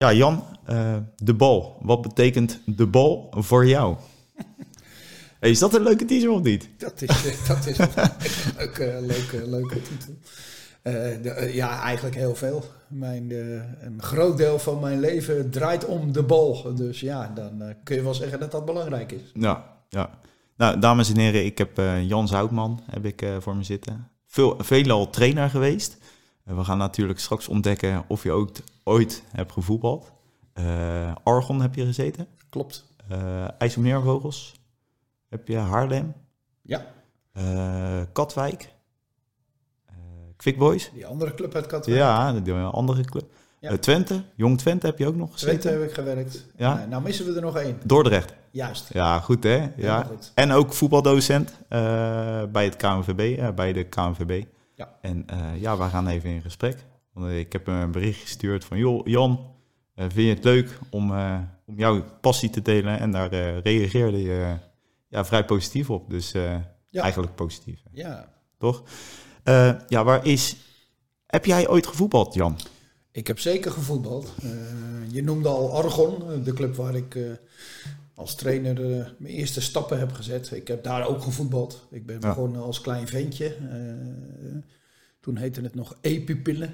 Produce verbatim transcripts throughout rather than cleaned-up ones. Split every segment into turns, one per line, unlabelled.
Ja, Jan, uh, de bal. Wat betekent de bal voor jou? Hey, is dat een leuke teaser of niet?
Dat is, uh, dat is een leuke, leuke, leuke titel. Uh, de, uh, ja, eigenlijk heel veel. Mijn, uh, een groot deel van mijn leven draait om de bal. Dus ja, dan uh, kun je wel zeggen dat dat belangrijk is.
Ja, ja. Nou, dames en heren, ik heb uh, Jan Zoutman heb ik, uh, voor me zitten. Veel, veelal trainer geweest. Uh, we gaan natuurlijk straks ontdekken of je ook ooit hebt gevoetbald. Uh, Argon heb je gezeten.
Klopt.
Uh, IJsselmeervogels heb je Haarlem.
Ja.
Uh, Katwijk. Uh, Quick Boys.
Die andere club uit Katwijk.
Ja, die andere club. Ja. Uh, Twente, Jong Twente heb je ook nog gezeten.
Twente heb ik gewerkt. Ja. Nou, nou missen we er nog één.
Dordrecht.
Juist.
Ja, goed hè. Ja. Goed. En ook voetbaldocent uh, bij het K N V B, uh, bij de K N V B.
Ja.
En uh, ja, we gaan even in gesprek. Want ik heb een bericht gestuurd van, joh, Jan, uh, vind je het leuk om, uh, om jouw passie te delen? En daar uh, reageerde je uh, ja, vrij positief op. Dus uh, ja. eigenlijk positief.
Ja.
Toch? Uh, ja, waar is... Heb jij ooit gevoetbald, Jan?
Ik heb zeker gevoetbald. Uh, je noemde al Argon, de club waar ik uh, als trainer uh, mijn eerste stappen heb gezet. Ik heb daar ook gevoetbald. Ik ben ja. begonnen als klein ventje. Uh, toen heette het nog E-pupillen.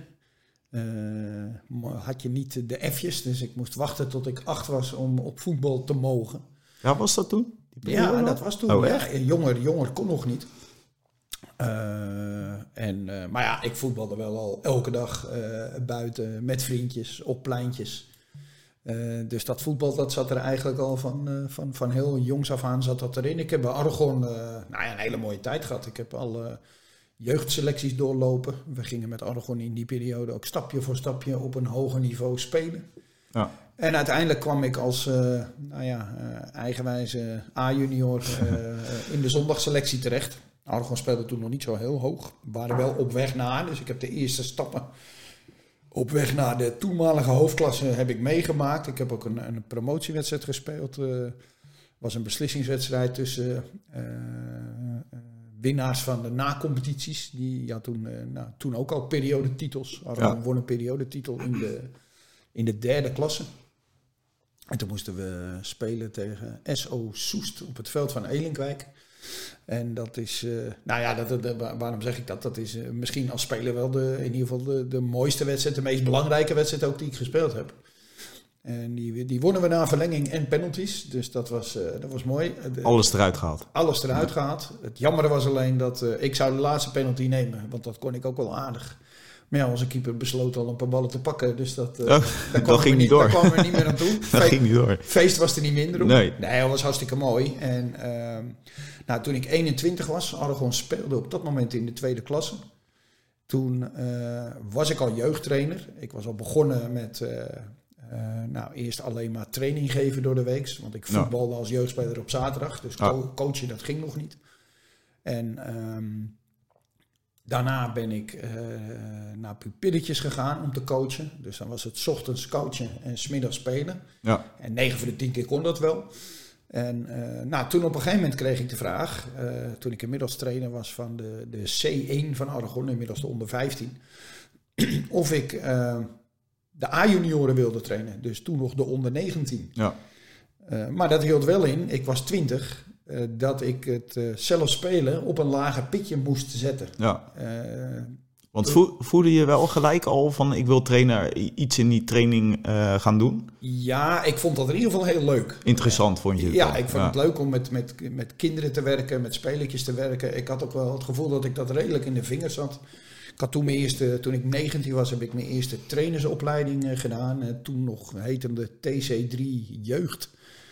Uh, had je niet de F'jes, dus ik moest wachten tot ik acht was om op voetbal te mogen.
Ja, was dat toen?
Ja, dat was toen.
Oh,
ja, jonger, jonger kon nog niet. Uh, en, uh, maar ja, ik voetbalde wel al elke dag uh, buiten met vriendjes op pleintjes. Uh, dus dat voetbal dat zat er eigenlijk al van, uh, van, van heel jongs af aan zat dat erin. Ik heb bij Argon uh, nou ja, een hele mooie tijd gehad. Ik heb al uh, jeugdselecties doorlopen. We gingen met Argon in die periode ook stapje voor stapje op een hoger niveau spelen. Ja. En uiteindelijk kwam ik als uh, nou ja, uh, eigenwijze A-junior uh, in de zondagselectie terecht. Argon speelde toen nog niet zo heel hoog. We waren wel op weg naar, dus ik heb de eerste stappen op weg naar de toenmalige hoofdklasse heb ik meegemaakt. Ik heb ook een, een promotiewedstrijd gespeeld. Het uh, was een beslissingswedstrijd tussen uh, uh, winnaars van de na-competities. Die ja, toen, uh, nou, toen ook al periodetitels. Argon ja. won een periodetitel in de, in de derde klasse. En toen moesten we spelen tegen S O Soest op het veld van Elinkwijk. En dat is, uh, nou ja, dat, dat, waarom zeg ik dat? Dat is uh, misschien als speler wel de, in ieder geval de, de mooiste wedstrijd, de meest belangrijke wedstrijd ook die ik gespeeld heb. En die, die wonnen we na verlenging en penalties, dus dat was, uh, dat was mooi. De,
alles eruit gehaald.
Alles eruit gehaald. Het jammere was alleen dat uh, ik zou de laatste penalty nemen, want dat kon ik ook wel aardig. Maar ja, onze keeper besloot al een paar ballen te pakken, dus dat, uh,
oh, daar dat ging niet door.
Daar kwamen we niet meer aan toe.
dat
Fe-
ging niet door.
Feest was er niet minder op.
Nee.
Nee, dat was hartstikke mooi. En uh, nou, toen ik eenentwintig was, Argon speelde op dat moment in de tweede klasse. Toen uh, was ik al jeugdtrainer. Ik was al begonnen met uh, uh, nou, eerst alleen maar training geven door de week. Want ik voetbalde ja. als jeugdspeler op zaterdag. Dus co- ja. coachen, dat ging nog niet. En um, daarna ben ik uh, naar pupilletjes gegaan om te coachen. Dus dan was het 's ochtends coachen en 's middags spelen. Ja. En negen van de tien keer kon dat wel. En uh, nou, toen op een gegeven moment kreeg ik de vraag, uh, toen ik inmiddels trainer was van de, de C één van Argon, inmiddels de onder vijftien, of ik uh, de A-junioren wilde trainen. Dus toen nog de onder negentien. Ja. Uh, maar dat hield wel in, ik was twintig, uh, dat ik het uh, zelf spelen op een lager pitje moest zetten. Ja. Uh,
Want vo- voelde je wel gelijk al van ik wil trainer iets in die training uh, gaan doen?
Ja, ik vond dat in ieder geval heel leuk.
Interessant vond je het?
Ja,
dan?
ik vond ja. het leuk om met, met, met kinderen te werken, met spelertjes te werken. Ik had ook wel het gevoel dat ik dat redelijk in de vingers had. Ik had toen mijn eerste, toen ik negentien was, heb ik mijn eerste trainersopleiding uh, gedaan. Uh, toen nog heetende T C drie Jeugd.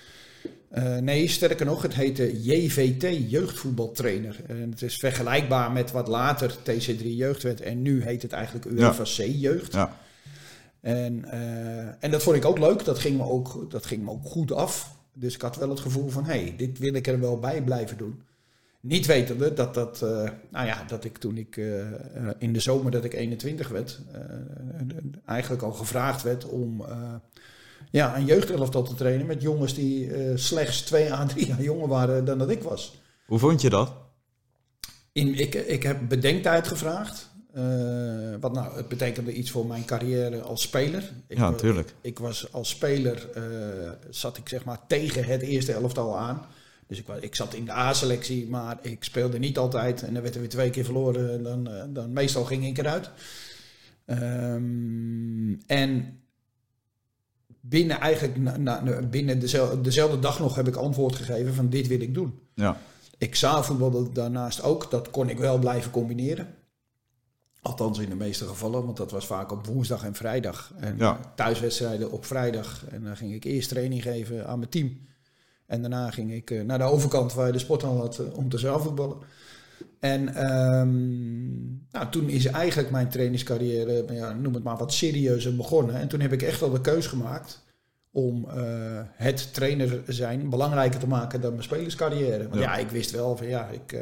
Uh, nee, sterker nog, het heette J V T, jeugdvoetbaltrainer. En het is vergelijkbaar met wat later T C drie Jeugd werd. En nu heet het eigenlijk UEFA C Jeugd. Ja. En, uh, en dat vond ik ook leuk. Dat ging, me ook, dat ging me ook goed af. Dus ik had wel het gevoel van, hé, hey, dit wil ik er wel bij blijven doen. Niet wetende dat, dat, uh, nou ja, dat ik toen ik uh, uh, in de zomer dat ik eenentwintig werd, uh, eigenlijk al gevraagd werd om uh, ja, een jeugdelftal te trainen met jongens die uh, slechts twee à drie jaar jonger waren dan dat ik was.
Hoe vond je dat?
In, ik, ik heb bedenktijd gevraagd. Uh, wat nou, het betekende iets voor mijn carrière als speler. Ik,
ja, natuurlijk.
Ik, ik was als speler, uh, zat ik zeg maar tegen het eerste elftal aan. Dus ik, ik zat in de A-selectie, maar ik speelde niet altijd. En dan werd er weer twee keer verloren. Dan, uh, dan meestal ging ik eruit. Um, en binnen eigenlijk na, na, binnen dezelfde, dezelfde dag nog heb ik antwoord gegeven van dit wil ik doen.
Ja.
Ik zaalvoetbalde daarnaast ook. Dat kon ik wel blijven combineren. Althans in de meeste gevallen, want dat was vaak op woensdag en vrijdag. En ja. thuiswedstrijden op vrijdag. En dan ging ik eerst training geven aan mijn team. En daarna ging ik uh, naar de overkant waar je de sporthal had uh, om te zaalvoetballen. En um, nou, toen is eigenlijk mijn trainingscarrière, ja, noem het maar wat serieuzer begonnen. En toen heb ik echt al de keus gemaakt om uh, het trainer zijn belangrijker te maken dan mijn spelerscarrière. Want ja, ja ik wist wel van ja, ik... Uh,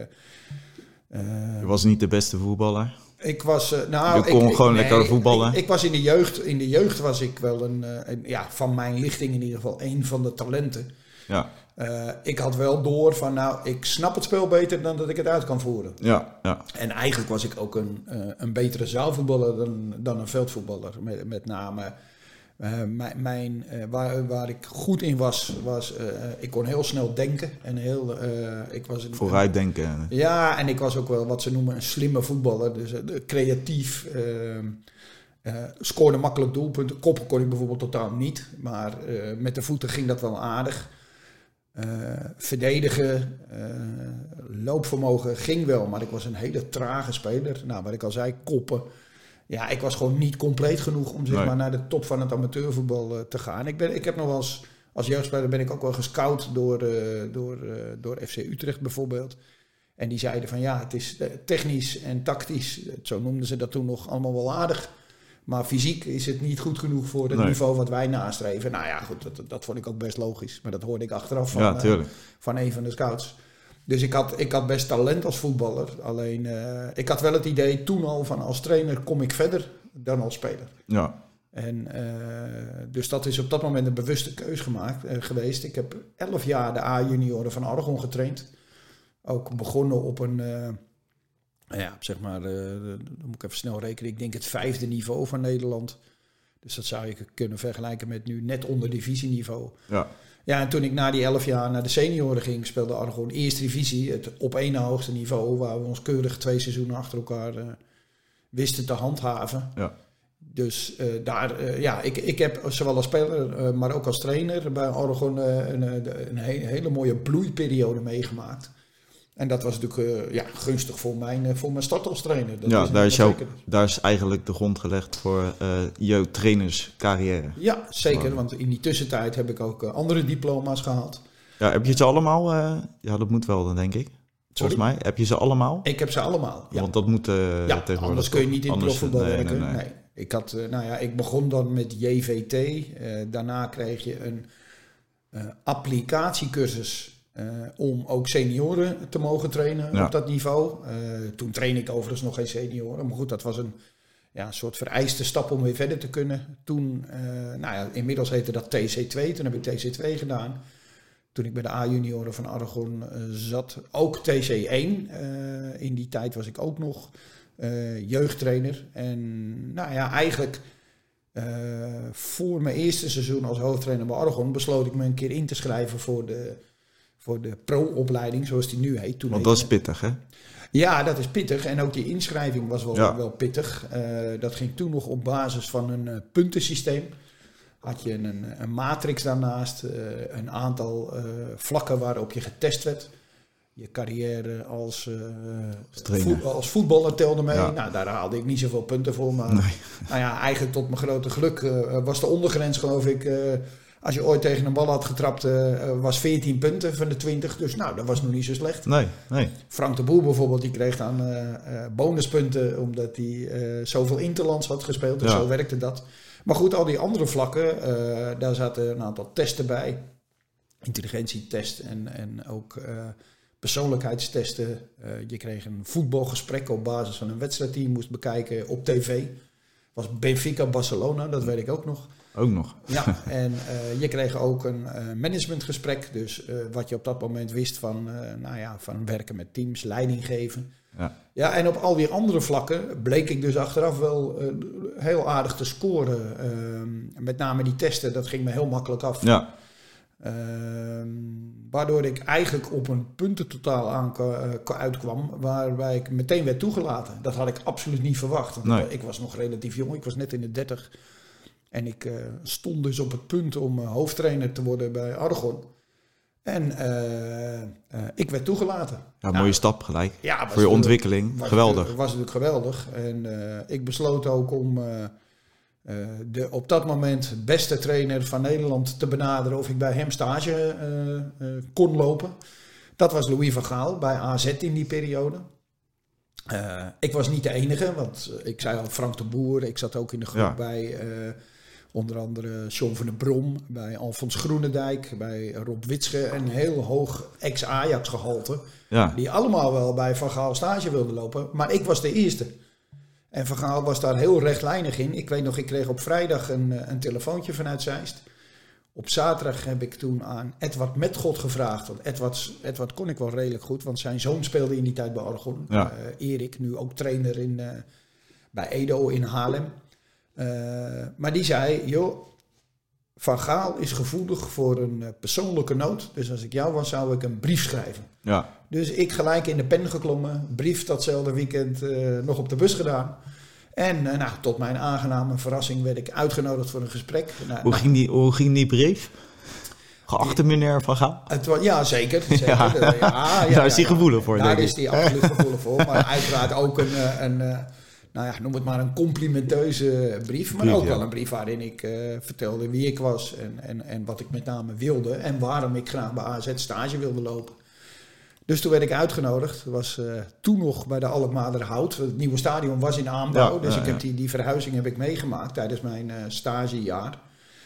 uh, Je was niet de beste voetballer?
Ik was, uh, nou,
je kon
ik,
gewoon
ik,
lekker
nee,
voetballen?
Ik, ik was in de jeugd, in de jeugd was ik wel een, een, ja, van mijn lichting in ieder geval een van de talenten.
Ja.
Uh, ik had wel door van, nou, ik snap het spel beter dan dat ik het uit kan voeren.
Ja, ja.
En eigenlijk was ik ook een, uh, een betere zaalvoetballer dan, dan een veldvoetballer. Met, met name uh, mijn, mijn, uh, waar, waar ik goed in was, was uh, ik kon heel snel denken. En heel, uh, ik was een,
Vooruitdenken.
Een, ja, en ik was ook wel wat ze noemen een slimme voetballer. Dus uh, creatief. Uh, Uh, scoorde makkelijk doelpunten. Koppen kon ik bijvoorbeeld totaal niet. Maar uh, met de voeten ging dat wel aardig. Uh, verdedigen, uh, loopvermogen ging wel. Maar ik was een hele trage speler. Nou, wat ik al zei, koppen. Ja, ik was gewoon niet compleet genoeg om zeg nee. maar naar de top van het amateurvoetbal uh, te gaan. Ik, ben, ik heb nog wel eens, als jeugdspeler ben ik ook wel gescout door, uh, door, uh, door F C Utrecht bijvoorbeeld. En die zeiden van ja, het is uh, technisch en tactisch. Zo noemden ze dat toen nog allemaal wel aardig. Maar fysiek is het niet goed genoeg voor het nee. niveau wat wij nastreven. Nou ja, goed, dat, dat vond ik ook best logisch. Maar dat hoorde ik achteraf van,
ja,
uh, van een van de scouts. Dus ik had, ik had best talent als voetballer. Alleen, uh, ik had wel het idee toen al van als trainer kom ik verder dan als speler.
Ja.
En uh, dus dat is op dat moment een bewuste keus gemaakt uh, geweest. Ik heb elf jaar de A-junioren van Argon getraind. Ook begonnen op een... Uh, Ja, zeg maar, uh, dan moet ik even snel rekenen. Ik denk het vijfde niveau van Nederland. Dus dat zou je kunnen vergelijken met nu net onder divisieniveau.
Ja.
Ja, en toen ik na die elf jaar naar de senioren ging, speelde Argon eerste divisie. Het op één na hoogste niveau, waar we ons keurig twee seizoenen achter elkaar uh, wisten te handhaven.
Ja.
Dus uh, daar, uh, ja, ik, ik heb zowel als speler, uh, maar ook als trainer bij Argon uh, een, een he- hele mooie bloeiperiode meegemaakt. En dat was natuurlijk uh, ja, gunstig voor mijn, voor mijn start als trainer. Dat
ja,
is
daar is, jou, daar is eigenlijk de grond gelegd voor uh, jouw trainerscarrière.
Ja, zeker. Oh. Want in die tussentijd heb ik ook uh, andere diploma's gehaald.
Ja, heb je ze allemaal? Uh, ja, dat moet wel dan, denk ik. Volgens mij. Heb je ze allemaal?
Ik heb ze allemaal, ja.
Want dat moet uh,
ja,
tegenwoordig...
anders kun je niet in profvoetbal
nee,
werken.
Nee, nee.
nee. Ik, had, uh, nou ja, ik begon dan met J V T. Uh, daarna kreeg je een uh, applicatiecursus... Uh, om ook senioren te mogen trainen ja. op dat niveau. Uh, toen trainde ik overigens nog geen senioren. Maar goed, dat was een ja, soort vereiste stap om weer verder te kunnen. Toen, uh, nou ja, inmiddels heette dat T C twee. Toen heb ik T C twee gedaan. Toen ik bij de A-junioren van Argon uh, zat. Ook T C één. Uh, in die tijd was ik ook nog uh, jeugdtrainer. En nou ja, eigenlijk... Uh, voor mijn eerste seizoen als hoofdtrainer bij Argon... besloot ik me een keer in te schrijven voor de... voor de pro-opleiding, zoals die nu heet. Toen
Want
heet
dat is pittig, hè?
Ja, dat is pittig. En ook die inschrijving was wel,
ja.
wel pittig. Uh, dat ging toen nog op basis van een uh, puntensysteem. Had je een, een matrix daarnaast. Uh, een aantal uh, vlakken waarop je getest werd. Je carrière als, uh, voet, als voetballer telde mee. Ja. Nou, daar haalde ik niet zoveel punten voor. Maar nee. nou ja, eigenlijk tot mijn grote geluk uh, was de ondergrens, geloof ik... Uh, Als je ooit tegen een bal had getrapt, uh, was veertien punten van de twintig. Dus nou, dat was nog niet zo slecht.
Nee, nee.
Frank de Boer bijvoorbeeld, die kreeg dan uh, uh, bonuspunten... omdat hij uh, zoveel interlands had gespeeld. Dus ja. Zo werkte dat. Maar goed, al die andere vlakken, uh, daar zaten een aantal testen bij. Intelligentietest en, en ook uh, persoonlijkheidstesten. Uh, je kreeg een voetbalgesprek op basis van een wedstrijd die je moest bekijken op tv. Was Benfica Barcelona, dat weet ik ook nog.
Ook nog.
Ja, en uh, je kreeg ook een uh, managementgesprek. Dus uh, wat je op dat moment wist van, uh, nou ja, van werken met teams, leiding geven.
Ja.
Ja, en op al die andere vlakken bleek ik dus achteraf wel uh, heel aardig te scoren. Uh, met name die testen, dat ging me heel makkelijk af.
Ja.
Uh, waardoor ik eigenlijk op een puntentotaal aan, uh, uitkwam waarbij ik meteen werd toegelaten. Dat had ik absoluut niet verwacht. Want
Nee.
ik was nog relatief jong, ik was net in de dertig. En ik uh, stond dus op het punt om uh, hoofdtrainer te worden bij Argon. En uh, uh, ik werd toegelaten.
Ja,
nou,
mooie stap gelijk.
Ja,
voor je ontwikkeling.
was
geweldig.
Het was natuurlijk geweldig. En uh, ik besloot ook om uh, uh, de op dat moment beste trainer van Nederland te benaderen of ik bij hem stage uh, uh, kon lopen. Dat was Louis van Gaal bij A Z in die periode. Uh, ik was niet de enige, want ik zei al Frank de Boer. Ik zat ook in de groep ja. bij uh, onder andere John van der Brom, bij Alfons Groenendijk, bij Rob Witsche. Een heel hoog ex-Ajax gehalte. Ja. Die allemaal wel bij Van Gaal stage wilden lopen. Maar ik was de eerste. En Van Gaal was daar heel rechtlijnig in. Ik weet nog, ik kreeg op vrijdag een, een telefoontje vanuit Zeist. Op zaterdag heb ik toen aan Edward Metgod gevraagd. Want Edward, Edward kon ik wel redelijk goed, want zijn zoon speelde in die tijd bij Argon. Ja. Uh, Erik, nu ook trainer in, uh, bij Edo in Haarlem. Uh, maar die zei, joh, Van Gaal is gevoelig voor een uh, persoonlijke noot. Dus als ik jou was, zou ik een brief schrijven. Ja. Dus ik gelijk in de pen geklommen. Brief datzelfde weekend uh, nog op de bus gedaan. En uh, nou, tot mijn aangename verrassing werd ik uitgenodigd voor een gesprek. Nou,
hoe, ging die, hoe ging die brief? Geachte meneer Van Gaal?
Het was, ja, zeker. zeker.
Ja.
Ja, ja, ja,
daar is hij
ja,
gevoelig voor,
daar
denk ik.
Daar is hij absoluut gevoelig voor. Maar uiteraard ook een, een, een, nou ja, noem het maar een complimenteuze brief. Maar brief, ook ja. wel een brief waarin ik uh, vertelde wie ik was. En, en, en wat ik met name wilde. En waarom ik graag bij A Z stage wilde lopen. Dus toen werd ik uitgenodigd. Dat was uh, toen nog bij de Alkmaarderhout. Het nieuwe stadion was in aanbouw. Ja, dus ja, ik heb die, die verhuizing heb ik meegemaakt tijdens mijn uh, stagejaar.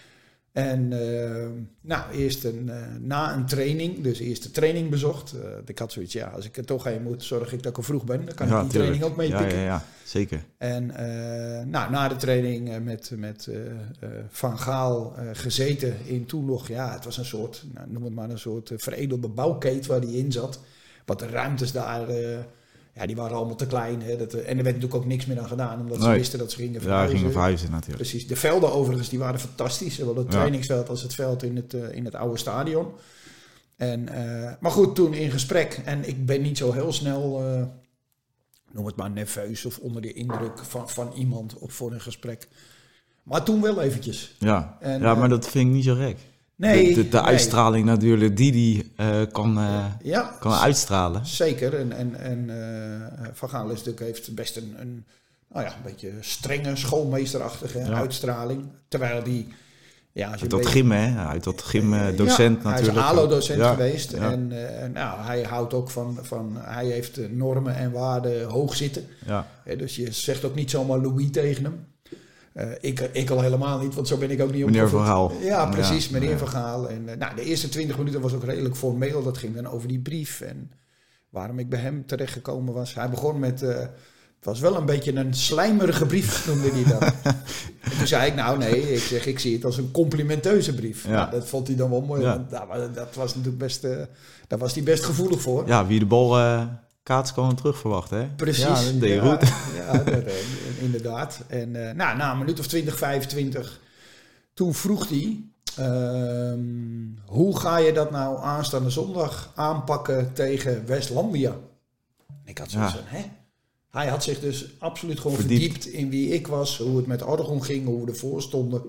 En uh, nou, eerst een, uh, na een training, dus eerst de training bezocht. Uh, ik had zoiets, ja, als ik er toch heen moet, zorg ik dat ik er vroeg ben. Dan kan ja, ik die tuurlijk. training ook meepikken.
Ja, ja, ja, zeker.
En uh, nou, na de training uh, met, met uh, uh, Van Gaal uh, gezeten in toen nog, ja, het was een soort, nou, noem het maar een soort uh, veredelde bouwkeet waar die in zat. Wat de ruimtes daar... Uh, Ja, die waren allemaal te klein. Hè. Dat, en er werd natuurlijk ook niks meer aan gedaan, omdat ze nee. wisten dat ze gingen verhuizen.
Ja, gingen verhuizen natuurlijk.
Precies. De velden overigens, die waren fantastisch. Zowel het ja. trainingsveld als het veld in het, uh, in het oude stadion. En, uh, maar goed, toen in gesprek. En ik ben niet zo heel snel, uh, noem het maar nerveus of onder de indruk van, van iemand op voor een gesprek. Maar toen wel eventjes.
Ja,
en,
ja maar
uh,
dat vind ik niet zo gek.
Nee,
de de, de
nee.
uitstraling natuurlijk die die uh, kan, uh,
ja,
kan uitstralen.
Zeker. En, en, en uh, Van Gaal is natuurlijk, heeft best een, een, nou ja, een beetje strenge, schoolmeesterachtige ja. uitstraling. Terwijl die... Ja,
uit dat gym, hè? Uit dat gymdocent
ja,
natuurlijk.
Hij is A L O-docent
ja,
geweest.
Ja.
En uh, nou, hij houdt ook van... van hij heeft normen en waarden hoog zitten. Ja. Ja, dus je zegt ook niet zomaar Louis tegen hem. Uh, ik, ik al helemaal niet, want zo ben ik ook niet opgevoed.
Meneer Van Gaal.
Ja, precies, ja, meneer
ja.
Van Gaal. En, uh, nou, de eerste twintig minuten was ook redelijk formeel. Dat ging dan over die brief en waarom ik bij hem terechtgekomen was. Hij begon met... Uh, het was wel een beetje een slijmerige brief, noemde hij dat. En toen zei ik, nou nee, ik zeg, ik zie het als een complimenteuze brief. Ja. Nou, dat vond hij dan wel mooi, ja. want nou, dat was natuurlijk best... Uh, daar was hij best gevoelig voor.
Ja, wie de bal... Uh... Kaats kan hem terug verwachten, hè?
Precies.
Ja, dat deed je goed.
Ja, ja dat, inderdaad. En uh, nou, na een minuut of twintig, vijfentwintig, toen vroeg hij... Uh, hoe ga je dat nou aanstaande zondag aanpakken tegen Westlandia? En ik had zoiets ja. van, hè? Hij had zich dus absoluut gewoon verdiept. verdiept in wie ik was, hoe het met Argon ging, hoe we ervoor stonden.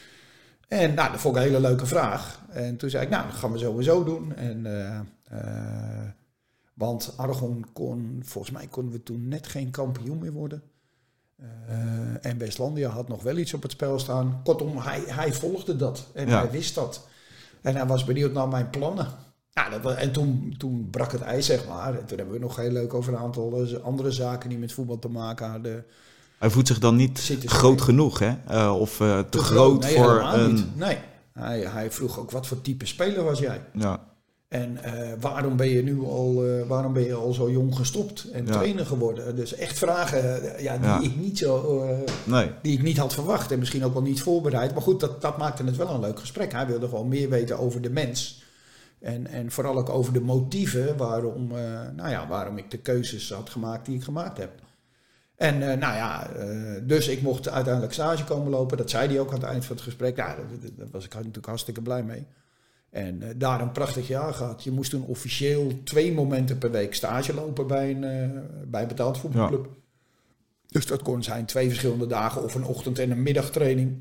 En nou, dat vond ik een hele leuke vraag. En toen zei ik, nou, dat gaan we sowieso doen. En... Uh, uh, Want Argon kon, volgens mij konden we toen net geen kampioen meer worden. Uh, en Westlandia had nog wel iets op het spel staan. Kortom, hij, hij volgde dat en ja. hij wist dat. En hij was benieuwd naar mijn plannen. Ja, dat, en toen, toen brak het ijs, zeg maar. En toen hebben we nog heel leuk over een aantal andere zaken die met voetbal te maken hadden.
Hij voelt zich dan niet groot genoeg, hè? Uh, of uh, te, te groot, groot
nee,
voor een...
Niet. Nee, hij, hij vroeg ook wat voor type speler was jij?
Ja.
En uh, waarom ben je nu al, uh, waarom ben je al zo jong gestopt en ja. trainer geworden? Dus echt vragen uh, ja, die, ja. Ik niet zo, uh, nee. die ik niet had verwacht en misschien ook wel niet voorbereid. Maar goed, dat, dat maakte het wel een leuk gesprek. Hij wilde gewoon meer weten over de mens. En, en vooral ook over de motieven waarom, uh, nou ja, waarom ik de keuzes had gemaakt die ik gemaakt heb. En uh, nou ja, uh, dus ik mocht uiteindelijk stage komen lopen. Dat zei hij ook aan het eind van het gesprek. Nou, daar, daar was ik natuurlijk hartstikke blij mee. En uh, daar een prachtig jaar gehad. Je moest toen officieel twee momenten per week stage lopen bij een, uh, bij een betaald voetbalclub. Ja. Dus dat kon zijn twee verschillende dagen of een ochtend- en een middagtraining.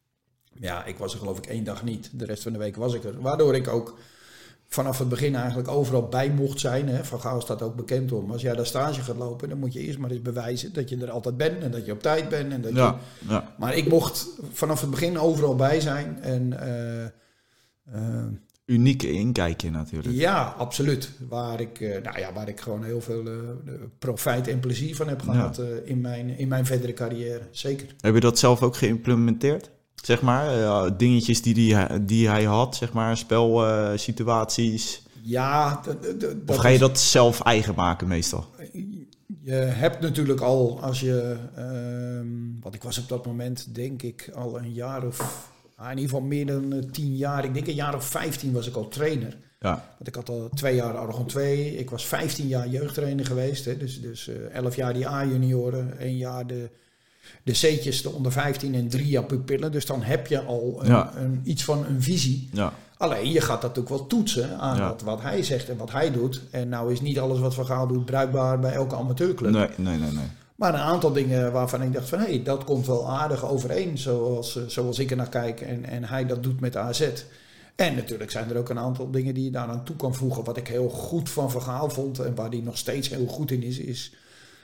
Ja, ik was er geloof ik één dag niet. De rest van de week was ik er. Waardoor ik ook vanaf het begin eigenlijk overal bij mocht zijn. Hè. Van Gaal staat ook bekend om. Als jij daar stage gaat lopen, dan moet je eerst maar eens bewijzen dat je er altijd bent. En dat je op tijd bent. En dat
ja,
je...
ja.
Maar ik mocht vanaf het begin overal bij zijn. En... Uh,
Uh, unieke inkijkje natuurlijk.
Ja, absoluut. Waar ik, uh, nou ja, waar ik gewoon heel veel uh, profijt en plezier van heb gehad ja. uh, in, mijn, in mijn verdere carrière. Zeker.
Heb je dat zelf ook geïmplementeerd? Zeg maar, uh, dingetjes die, die, die hij had, zeg maar, spelsituaties. Uh,
ja. D- d-
of ga je is, dat zelf eigen maken meestal?
Je hebt natuurlijk al, als je... Uh, want ik was op dat moment, denk ik, al een jaar of... in ieder geval meer dan uh, tien jaar. Ik denk een jaar of vijftien was ik al trainer.
Ja.
Want ik had al twee jaar Argon twee. Ik was vijftien jaar jeugdtrainer geweest. Hè. Dus, dus uh, elf jaar die A-junioren. één jaar de, de C'tjes, de onder vijftien en drie jaar pupillen. Dus dan heb je al een,
ja.
een, iets van een visie.
Ja.
Alleen, je gaat dat ook wel toetsen aan ja. wat, wat hij zegt en wat hij doet. En nou is niet alles wat Van Gaal doet bruikbaar bij elke amateurclub.
Nee, nee, nee, nee.
Maar een aantal dingen waarvan ik dacht van... hé, hey, dat komt wel aardig overeen zoals, zoals ik er naar kijk. En, en hij dat doet met A Z. En natuurlijk zijn er ook een aantal dingen die je daaraan toe kan voegen. Wat ik heel goed van Van Gaal vond en waar hij nog steeds heel goed in is... is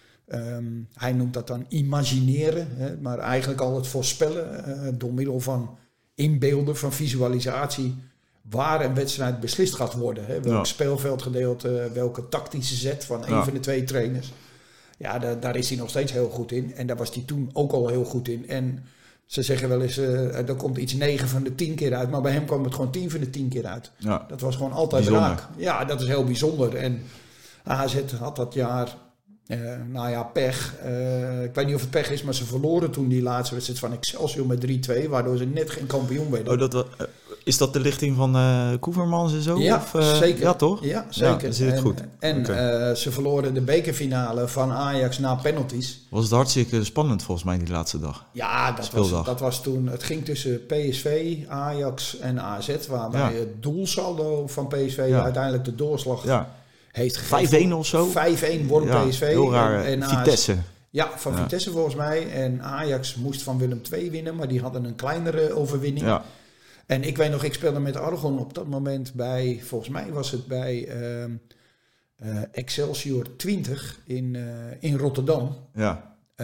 um, hij noemt dat dan imagineren. Hè, maar eigenlijk al het voorspellen uh, door middel van inbeelden, van visualisatie... waar een wedstrijd beslist gaat worden. Hè, welk ja. speelveldgedeelte, welke tactische zet van een ja. van de twee trainers... Ja, daar, daar is hij nog steeds heel goed in. En daar was hij toen ook al heel goed in. En ze zeggen wel eens, uh, er komt iets negen van de tien keer uit. Maar bij hem kwam het gewoon tien van de tien keer uit.
Ja.
Dat was gewoon altijd
bijzonder.
raak. Ja, dat is heel bijzonder. En A Z had dat jaar, uh, nou ja, pech. Uh, ik weet niet of het pech is, maar ze verloren toen die laatste wedstrijd van Excelsior met drie twee. Waardoor ze net geen kampioen werden.
Oh, dat was... Uh... Is dat de lichting van uh, Koevermans en zo?
Ja,
of, uh,
zeker.
Ja, toch?
Ja, zeker.
Ja, dan zit het
en
goed.
en okay. uh, ze verloren de bekerfinale van Ajax na penalties.
Was het hartstikke spannend volgens mij die laatste dag?
Ja, dat was, dat was toen... Het ging tussen P S V, Ajax en A Z. Waarbij ja. het doelsaldo van P S V ja. uiteindelijk de doorslag ja. heeft gegeven.
vijf-één of zo?
vijf-één won ja, P S V.
Heel raar.
En, en
Vitesse.
A Z, ja, van ja. Vitesse volgens mij. En Ajax moest van Willem twee winnen, maar die hadden een kleinere overwinning. Ja. En ik weet nog, ik speelde met Argon op dat moment bij, volgens mij was het bij uh, uh, Excelsior twintig in, uh, in Rotterdam.
Ja.
Uh,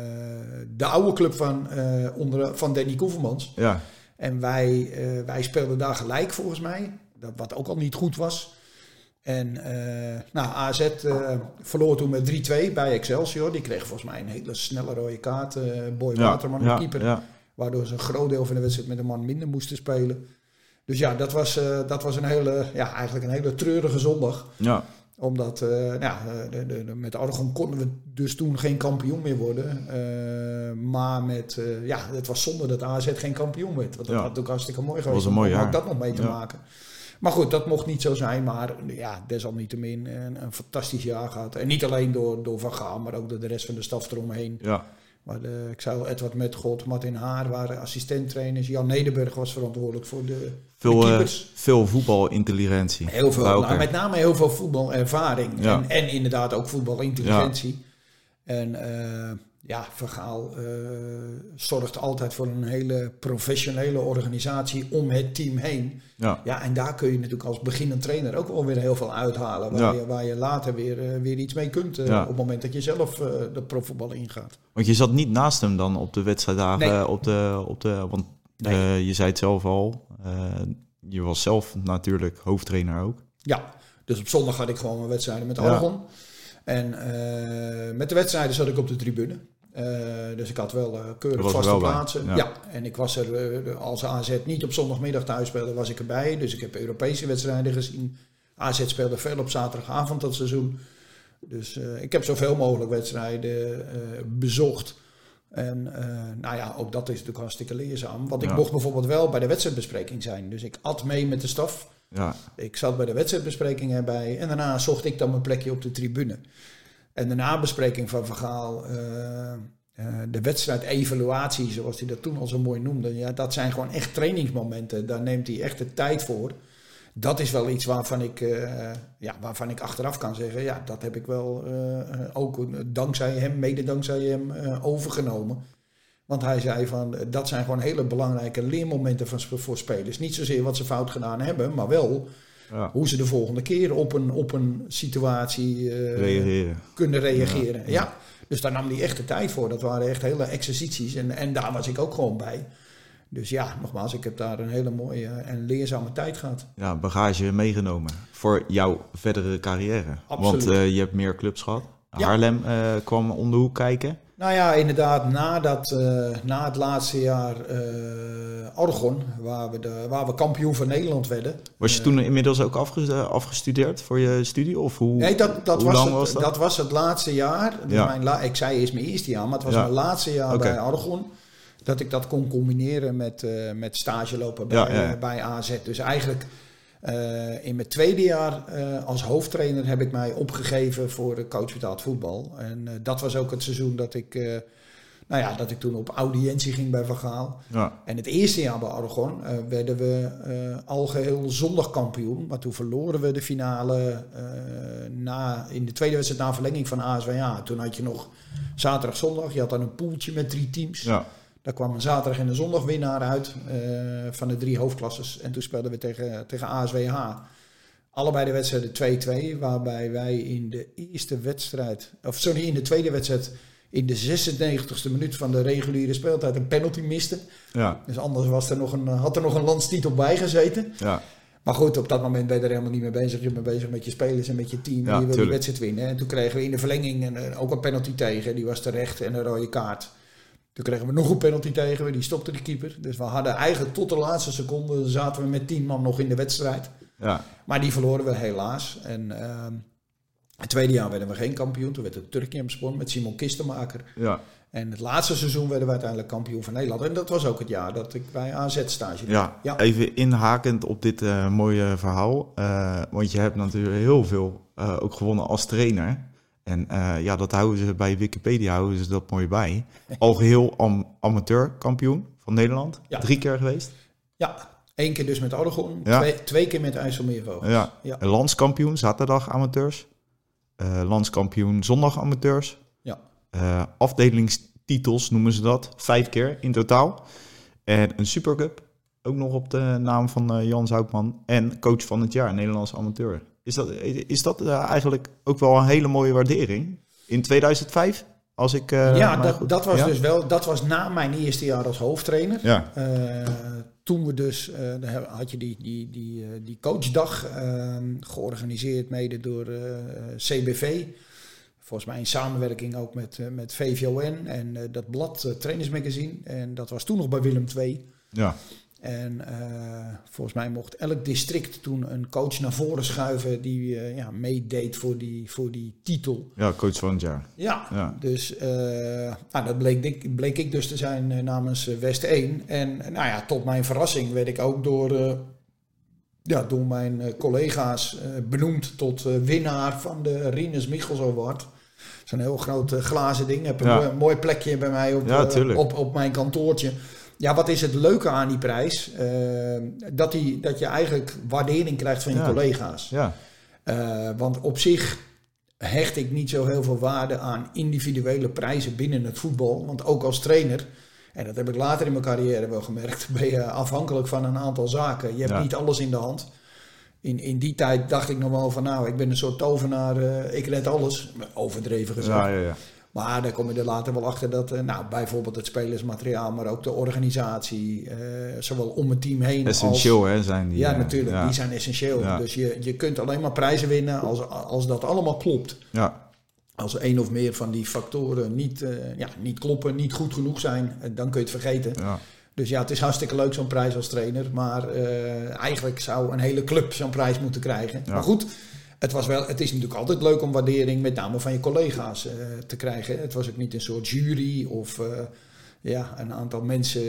de oude club van, uh, onder, van Danny Koevermans.
Ja.
En wij, uh, wij speelden daar gelijk volgens mij, dat, wat ook al niet goed was. En uh, nou, A Z uh, verloor toen met drie twee bij Excelsior. Die kreeg volgens mij een hele snelle rode kaart. Uh, Boy ja. Waterman, de
ja.
keeper.
Ja.
Waardoor ze een groot deel van de wedstrijd met een man minder moesten spelen. Dus ja, dat was, uh, dat was een hele, ja, eigenlijk een hele treurige zondag.
Ja.
Omdat uh, ja, de, de, de, met Argon konden we dus toen geen kampioen meer worden. Uh, maar met, uh, ja, het was zonde dat A Z geen kampioen werd. Want dat
ja.
had ook hartstikke mooi geweest.
Was een mooi
om
jaar.
ook dat nog mee te ja. maken. Maar goed, dat mocht niet zo zijn. Maar ja, desalniettemin een, een fantastisch jaar gehad. En niet alleen door, door Van Gaal, maar ook door de rest van de staf eromheen.
Ja.
Maar de, ik zei al, Edward Metgod, Martin Haar waren assistenttrainers. Jan Nederberg was verantwoordelijk voor de,
veel,
de keepers.
Uh, veel voetbalintelligentie.
Heel veel, nou, met name heel veel voetbalervaring. Ja. En, en inderdaad ook voetbalintelligentie. Ja. En uh, ja, Van Gaal uh, zorgt altijd voor een hele professionele organisatie om het team heen.
Ja.
Ja, en daar kun je natuurlijk als beginnend trainer ook wel weer heel veel uithalen. Waar, ja. je, waar je later weer, uh, weer iets mee kunt uh, ja. op het moment dat je zelf uh, de profvoetbal ingaat.
Want je zat niet naast hem dan op de wedstrijddagen?
Nee.
Op de, op de, want nee. uh, je zei het zelf al, uh, je was zelf natuurlijk hoofdtrainer ook.
Ja, dus op zondag had ik gewoon mijn wedstrijden met Argon. Ja. En uh, met de wedstrijden zat ik op de tribune. Uh, dus ik had wel uh, keurig vaste plaatsen. Ja. ja, en ik was er, uh, als A Z niet op zondagmiddag thuis speelde, was ik erbij. Dus ik heb Europese wedstrijden gezien. A Z speelde veel op zaterdagavond dat seizoen. Dus uh, ik heb zoveel mogelijk wedstrijden uh, bezocht. En uh, nou ja, ook dat is natuurlijk hartstikke leerzaam. Want ik ja. mocht bijvoorbeeld wel bij de wedstrijdbespreking zijn. Dus ik at mee met de staf.
Ja.
Ik zat bij de wedstrijdbespreking erbij. En daarna zocht ik dan mijn plekje op de tribune. En de nabespreking van Van Gaal... Uh, uh, de wedstrijd-evaluatie, zoals hij dat toen al zo mooi noemde. Ja, dat zijn gewoon echt trainingsmomenten. Daar neemt hij echt de tijd voor. Dat is wel iets waarvan ik, uh, ja, waarvan ik achteraf kan zeggen... ja, dat heb ik wel uh, ook dankzij hem, mede dankzij hem, uh, overgenomen. Want hij zei van, dat zijn gewoon hele belangrijke leermomenten van, voor spelers. Niet zozeer wat ze fout gedaan hebben, maar wel ja. hoe ze de volgende keer op een, op een situatie uh,
reageren.
kunnen reageren. Ja.
Ja.
Ja. Dus daar nam hij echt de tijd voor. Dat waren echt hele exercities en, en daar was ik ook gewoon bij. Dus ja, nogmaals, ik heb daar een hele mooie en leerzame tijd gehad.
Ja, bagage meegenomen voor jouw verdere carrière.
Absoluut.
Want uh, je hebt meer clubs gehad. Ja. Haarlem uh, kwam om de hoek kijken.
Nou ja, inderdaad, na, dat, uh, na het laatste jaar uh, Argon, waar we, de, waar we kampioen van Nederland werden.
Was je uh, toen inmiddels ook afge, afgestudeerd voor je studie? Of hoe,
nee, dat, dat,
hoe
was
lang
het,
was dat?
Dat was het laatste jaar. Dus
ja.
mijn la- ik zei eerst mijn eerste jaar, maar het was ja. mijn laatste jaar okay. bij Argon. Dat ik dat kon combineren met, uh, met stage lopen bij, ja, ja. uh, bij A Z. Dus eigenlijk uh, in mijn tweede jaar uh, als hoofdtrainer heb ik mij opgegeven voor coach betaald voetbal. En uh, dat was ook het seizoen dat ik, uh, nou ja, dat ik toen op audiëntie ging bij Van Gaal.
Ja.
En het eerste jaar bij Argon uh, werden we uh, algeheel zondagkampioen. Maar toen verloren we de finale uh, na, in de tweede wedstrijd na verlenging van A S W A. Toen had je nog zaterdag, zondag. Je had dan een poeltje met drie teams.
Ja.
Daar kwam een zaterdag en een zondag winnaar uit uh, van de drie hoofdklasses. En toen speelden we tegen, tegen A S W H. Allebei de wedstrijden twee-twee, waarbij wij in de eerste wedstrijd, of sorry, in de tweede wedstrijd in de zesennegentigste minuut van de reguliere speeltijd een penalty misten.
Ja.
Dus anders was er nog een, had er nog een landstitel bij gezeten.
Ja.
Maar goed, op dat moment ben je er helemaal niet mee bezig. Je bent bezig met je spelers en met je team.
Ja,
en je wil
tuurlijk.
die wedstrijd winnen. En toen kregen we in de verlenging een, ook een penalty tegen. Die was terecht en een rode kaart. Toen kregen we nog een penalty tegen, die stopte de keeper. Dus we hadden eigenlijk tot de laatste seconde zaten we met tien man nog in de wedstrijd.
Ja.
Maar die verloren we helaas. En uh, het tweede jaar werden we geen kampioen. Toen werd het Turkiyemspor met Simon Kistenmaker.
Ja.
En het laatste seizoen werden we uiteindelijk kampioen van Nederland. En dat was ook het jaar dat ik bij A Z stage deed.
Ja, ja. Even inhakend op dit uh, mooie verhaal. Uh, want je hebt natuurlijk heel veel uh, ook gewonnen als trainer. En uh, ja, dat houden ze bij Wikipedia, houden ze dat mooi bij. Algeheel am- amateurkampioen van Nederland. Ja. Drie keer geweest.
Ja, één keer dus met Argon.
Ja.
Twee, twee keer met IJsselmeervogels.
Ja.
Ja.
Landskampioen, zaterdag amateurs. Uh, landskampioen, zondag amateurs.
Ja.
Uh, afdelingstitels noemen ze dat. Vijf keer in totaal. En een supercup. Ook nog op de naam van uh, Jan Zoutman. En coach van het jaar, Nederlandse amateur. Is dat, is dat uh, eigenlijk ook wel een hele mooie waardering? In tweeduizend vijf? Als ik, uh,
ja, dat,
goed,
dat was
ja?
dus wel. Dat was na mijn eerste jaar als hoofdtrainer.
Ja.
Uh, toen we dus, uh, had je die, die, die, uh, die coachdag uh, georganiseerd mede door uh, C B V. Volgens mij in samenwerking ook met, uh, met V V O N en uh, dat blad uh, Trainersmagazine. En dat was toen nog bij Willem twee.
Ja.
En uh, volgens mij mocht elk district toen een coach naar voren schuiven die uh, ja, meedeed voor die, voor die titel.
Ja, coach van het jaar.
Ja,
ja.
dus uh, nou, dat bleek, bleek ik dus te zijn uh, namens uh, West één. En uh, nou ja, tot mijn verrassing werd ik ook door, uh, ja, door mijn uh, collega's uh, benoemd tot uh, winnaar van de Rinus Michels Award. Zo'n heel groot uh, glazen ding. Heb een
ja.
mooi, mooi plekje bij mij op,
ja,
uh, op, op mijn kantoortje. Ja, wat is het leuke aan die prijs? Uh, dat, die, dat je eigenlijk waardering krijgt van je
ja.
collega's.
Ja.
Uh, want op zich hecht ik niet zo heel veel waarde aan individuele prijzen binnen het voetbal. Want ook als trainer, en dat heb ik later in mijn carrière wel gemerkt, ben je afhankelijk van een aantal zaken. Je hebt
ja.
niet alles in de hand. In, in die tijd dacht ik nog wel van nou, ik ben een soort tovenaar, uh, ik red alles. Overdreven gezegd.
Ja, ja, ja.
Maar daar kom je er later wel achter dat, uh, nou, bijvoorbeeld het spelersmateriaal, maar ook de organisatie, uh, zowel om het team heen
essentieel,
als...
hè, zijn die.
Ja,
uh,
natuurlijk,
ja.
die zijn essentieel.
Ja.
Dus je, je kunt alleen maar prijzen winnen als, als dat allemaal klopt.
Ja.
Als er één of meer van die factoren niet, uh, ja, niet kloppen, niet goed genoeg zijn, uh, dan kun je het vergeten.
Ja.
Dus ja, het is hartstikke leuk zo'n prijs als trainer. Maar uh, eigenlijk zou een hele club zo'n prijs moeten krijgen. Ja. Maar goed, het, was wel, het is natuurlijk altijd leuk om waardering met name van je collega's uh, te krijgen. Het was ook niet een soort jury of uh, ja, een aantal mensen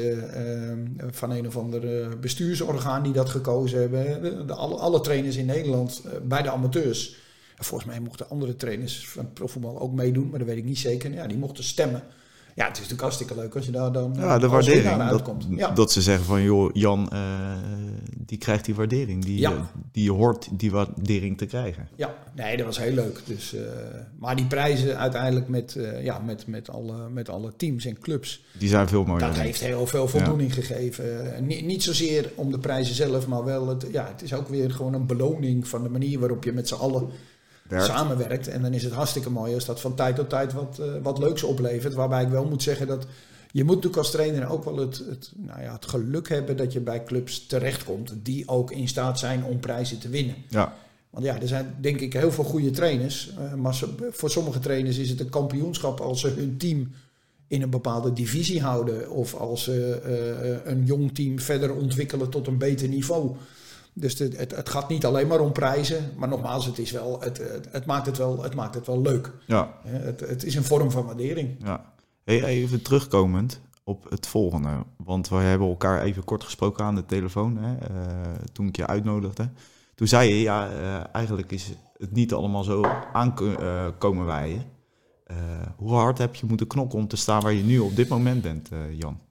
uh, van een of ander bestuursorgaan die dat gekozen hebben. De, de, alle, alle trainers in Nederland uh, bij de amateurs. Volgens mij mochten andere trainers van profvoetbal ook meedoen, maar dat weet ik niet zeker. Ja, die mochten stemmen. Ja, het is natuurlijk hartstikke leuk als je daar dan
ja, de waardering,
uitkomt.
Dat,
ja.
dat ze zeggen van, joh, Jan, uh, die krijgt die waardering. Die, ja. uh, die hoort die waardering te krijgen.
Ja, nee, dat was heel leuk. Dus, uh, maar die prijzen uiteindelijk met, uh, ja, met, met, alle, met alle teams en clubs.
Die zijn veel mooier.
Dat heeft heel veel voldoening ja. gegeven. Uh, niet, niet zozeer om de prijzen zelf, maar wel, het, ja, het is ook weer gewoon een beloning van de manier waarop je met z'n allen werkt. samenwerkt. En dan is het hartstikke mooi als dat van tijd tot tijd wat, uh, wat leuks oplevert. Waarbij ik wel moet zeggen dat je moet natuurlijk als trainer ook wel het, het, nou ja, het geluk hebben dat je bij clubs terechtkomt die ook in staat zijn om prijzen te winnen.
Ja. Want
ja, er zijn denk ik heel veel goede trainers. Uh, maar so, voor sommige trainers is het een kampioenschap als ze hun team in een bepaalde divisie houden. Of als ze uh, een jong team verder ontwikkelen tot een beter niveau. Dus de, het, het gaat niet alleen maar om prijzen, maar nogmaals, het, is wel, het, het, het, maakt, het, wel, het maakt het wel leuk.
Ja.
Het, het is een vorm van waardering.
Ja. Hey, even terugkomend op het volgende. Want we hebben elkaar even kort gesproken aan de telefoon, hè, uh, toen ik je uitnodigde. Toen zei je, ja, uh, eigenlijk is het niet allemaal zo aankomen wij. Uh, hoe hard heb je moeten knokken om te staan waar je nu op dit moment bent, uh, Jan?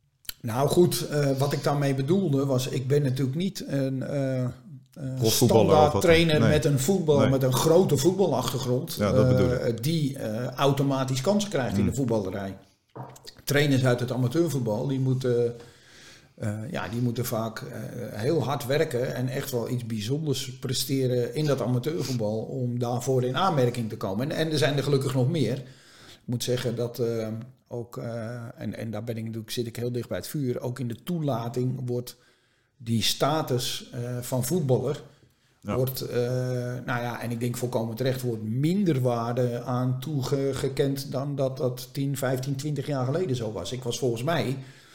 Nou goed, uh, wat ik daarmee bedoelde was, ik ben natuurlijk niet een uh, uh, standaard trainer nee. met een voetbal, nee. met een grote voetbalachtergrond,
ja, dat bedoel ik.
Uh, die uh, automatisch kansen krijgt mm. in de voetballerij. Trainers uit het amateurvoetbal, die moeten, uh, ja, die moeten vaak uh, heel hard werken en echt wel iets bijzonders presteren in dat amateurvoetbal om daarvoor in aanmerking te komen. En, en er zijn er gelukkig nog meer. Ik moet zeggen dat uh, ook, uh, en, en daar ben ik natuurlijk, zit ik heel dicht bij het vuur, ook in de toelating wordt die status uh, van voetballer, ja. wordt, uh, nou ja, en ik denk volkomen terecht, wordt minder waarde aan toegekend dan dat dat tien, vijftien, twintig jaar geleden zo was. Ik was volgens mij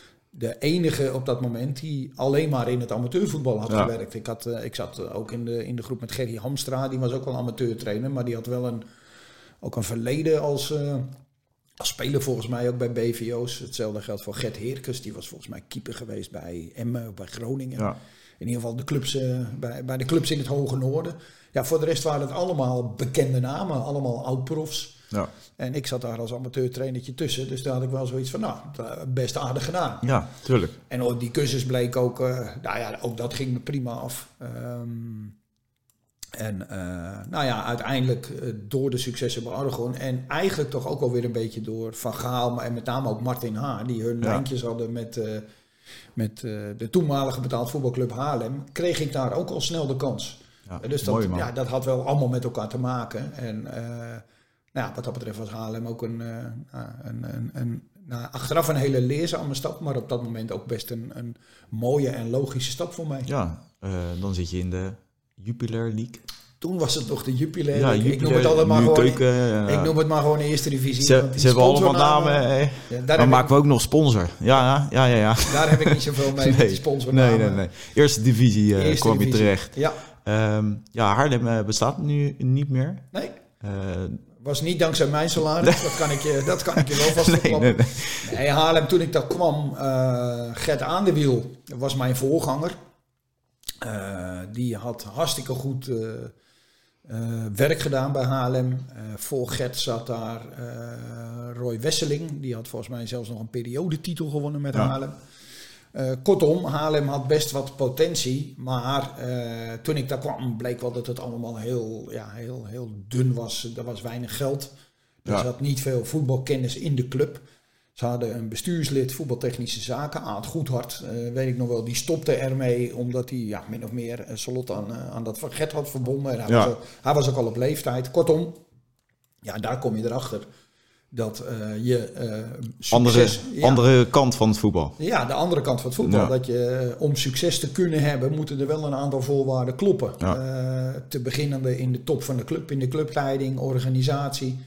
de enige op dat moment die alleen maar in het amateurvoetbal had ja. gewerkt. Ik, had, uh, ik zat ook in de, in de groep met Gerry Hamstra, die was ook wel amateurtrainer, maar die had wel een, ook een verleden als, uh, als speler volgens mij ook bij B V O's. Hetzelfde geldt voor Gert Heerkes, die was volgens mij keeper geweest bij Emmen, bij Groningen. Ja. In ieder geval de clubs, uh, bij, bij de clubs in het Hoge Noorden. Ja, voor de rest waren het allemaal bekende namen, allemaal oud-profs. Ja. En ik zat daar als amateurtrainertje tussen, dus daar had ik wel zoiets van, nou, best aardig gedaan.
Ja, tuurlijk.
En ook die cursus bleek ook, uh, nou ja, ook dat ging me prima af. Um, en uh, nou ja, uiteindelijk uh, door de successen bij Argon en eigenlijk toch ook alweer een beetje door Van Gaal, maar en met name ook Martin Haar, die hun ja. lijntjes hadden met, uh, met uh, de toenmalige betaald voetbalclub Haarlem, kreeg ik daar ook al snel de kans. Ja, uh, dus dat, mooi, ja, dat had wel allemaal met elkaar te maken. En uh, nou ja, wat dat betreft was Haarlem ook een, uh, een, een, een nou, achteraf een hele leerzame stap, maar op dat moment ook best een, een mooie en logische stap voor mij.
Ja, uh, dan zit je in de Jupiler League.
Toen was het nog de Jupiler.
Ja,
ik,
Jupiler,
ik noem het altijd maar gewoon.
Keuken, ja.
Ik noem het maar gewoon eerste divisie.
Ze, ze hebben allemaal namen. namen ja, dan maken ik, we ook nog sponsor. Ja, ja, ja, ja.
Daar heb ik niet zoveel mee nee, met die sponsornamen.
Nee, nee, nee. Eerste divisie uh, eerste kwam divisie. je terecht.
Ja.
Um, ja, Haarlem uh, bestaat nu niet meer.
Nee. Uh, was niet dankzij mijn salaris. Nee. Dat kan ik je, dat kan ik je wel vast
nee, nee, nee.
nee, Haarlem, toen ik daar kwam, uh, Gert Aandewiel was mijn voorganger. Uh, die had hartstikke goed uh, uh, werk gedaan bij Haarlem. Uh, voor Gert zat daar uh, Roy Wesseling. Die had volgens mij zelfs nog een periodetitel gewonnen met ja. Haarlem. Uh, kortom, Haarlem had best wat potentie. Maar uh, toen ik daar kwam bleek wel dat het allemaal heel, ja, heel, heel dun was. Er was weinig geld. Er ja. zat niet veel voetbalkennis in de club. Ze hadden een bestuurslid voetbaltechnische zaken, Aad Goedhart, uh, weet ik nog wel, die stopte ermee omdat hij ja, min of meer uh, Salot aan, uh, aan dat van Gert had verbonden. En hij, ja. was ook, hij was ook al op leeftijd. Kortom, ja, daar kom je erachter dat uh, je uh, succes...
Andere,
ja,
andere kant van het voetbal.
Ja, de andere kant van het voetbal.
Ja.
Dat je, uh, om succes te kunnen hebben, moeten er wel een aantal voorwaarden kloppen.
Ja.
Uh, te beginnen in de top van de club, in de clubleiding, organisatie.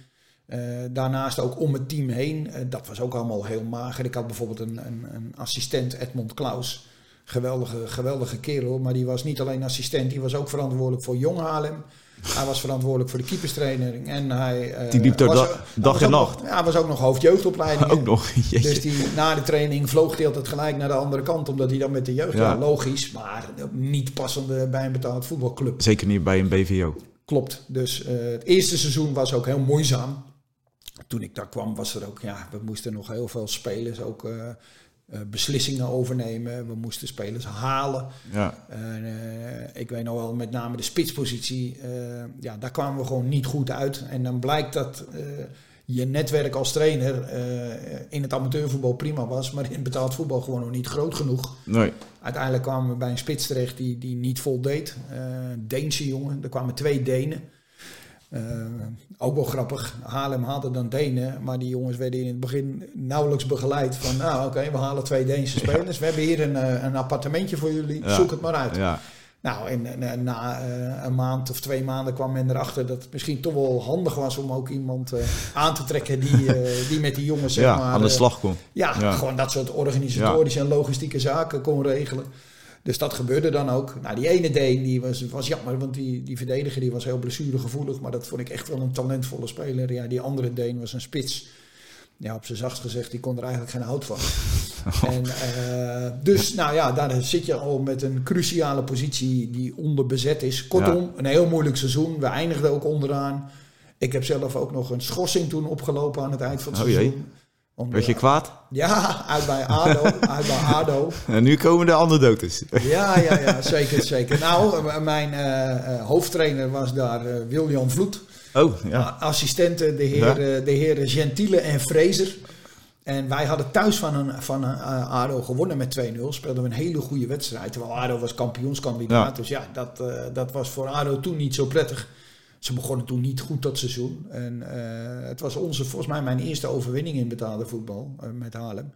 Uh, daarnaast ook om het team heen. Uh, dat was ook allemaal heel mager. Ik had bijvoorbeeld een, een, een assistent, Edmond Klaus. Geweldige, geweldige kerel. Maar die was niet alleen assistent. Die was ook verantwoordelijk voor Jong Haarlem. Hij was verantwoordelijk voor de keeperstraining. En hij, uh,
die liep door
was,
da- dag en nacht.
Nog, ja, was ook nog hoofdjeugdopleiding.
Ook nog, jeetje.
Dus die, na de training vloog hij altijd gelijk naar de andere kant. Omdat hij dan met de jeugd... Ja. Ja, logisch. Maar niet passende bij een betaald voetbalclub.
Zeker niet bij een B V O.
Klopt. Dus uh, het eerste seizoen was ook heel moeizaam. Toen ik daar kwam was er ook... Ja, we moesten nog heel veel spelers ook... Uh, Uh, beslissingen overnemen. We moesten spelers halen.
Ja.
Uh, ik weet nog wel, met name de spitspositie. Uh, ja, daar kwamen we gewoon niet goed uit. En dan blijkt dat uh, je netwerk als trainer uh, in het amateurvoetbal prima was, maar in het betaald voetbal gewoon nog niet groot genoeg.
Nee.
Uiteindelijk kwamen we bij een spits terecht die, die niet voldeed. Uh, Deense jongen. Er kwamen twee Denen. Uh, ook wel grappig. Haarlem haalde dan Denen, maar die jongens werden in het begin nauwelijks begeleid van, nou oké, okay, we halen twee Deense spelers. Ja. We hebben hier een, een appartementje voor jullie, ja. Zoek het maar uit. Ja. Nou, en, en na uh, een maand of twee maanden kwam men erachter dat het misschien toch wel handig was om ook iemand uh, aan te trekken die, uh, die met die jongens zeg
ja,
maar,
aan de slag kon.
Uh, ja, ja, gewoon dat soort organisatorische ja. en logistieke zaken kon regelen. Dus dat gebeurde dan ook. Nou, die ene Deen die was, was jammer, want die, die verdediger die was heel blessuregevoelig. Maar dat vond ik echt wel een talentvolle speler. Ja, die andere Deen was een spits. Ja, op zijn zachtst gezegd, die kon er eigenlijk geen hout van. Oh. En, uh, dus, nou ja, daar zit je al met een cruciale positie die onderbezet is. Kortom, ja. een heel moeilijk seizoen. We eindigden ook onderaan. Ik heb zelf ook nog een schorsing toen opgelopen aan het eind van het
oh,
seizoen.
Jee. Om, Werd je kwaad?
Ja, uit bij ADO. uit bij ADO.
En nu komen de anekdotes.
Ja, ja, ja, zeker, zeker. Nou, mijn uh, hoofdtrainer was daar uh, William Vloed.
Oh, ja.
Assistenten, de heren, ja. de heren Gentile en Fraser. En wij hadden thuis van, een, van een, uh, ADO gewonnen met twee nul. Speelden we een hele goede wedstrijd. Terwijl ADO was kampioenskandidaat. Ja. Dus ja, dat, uh, dat was voor ADO toen niet zo prettig. Ze begonnen toen niet goed dat seizoen. En uh, het was onze, volgens mij mijn eerste overwinning in betaalde voetbal uh, met Haarlem.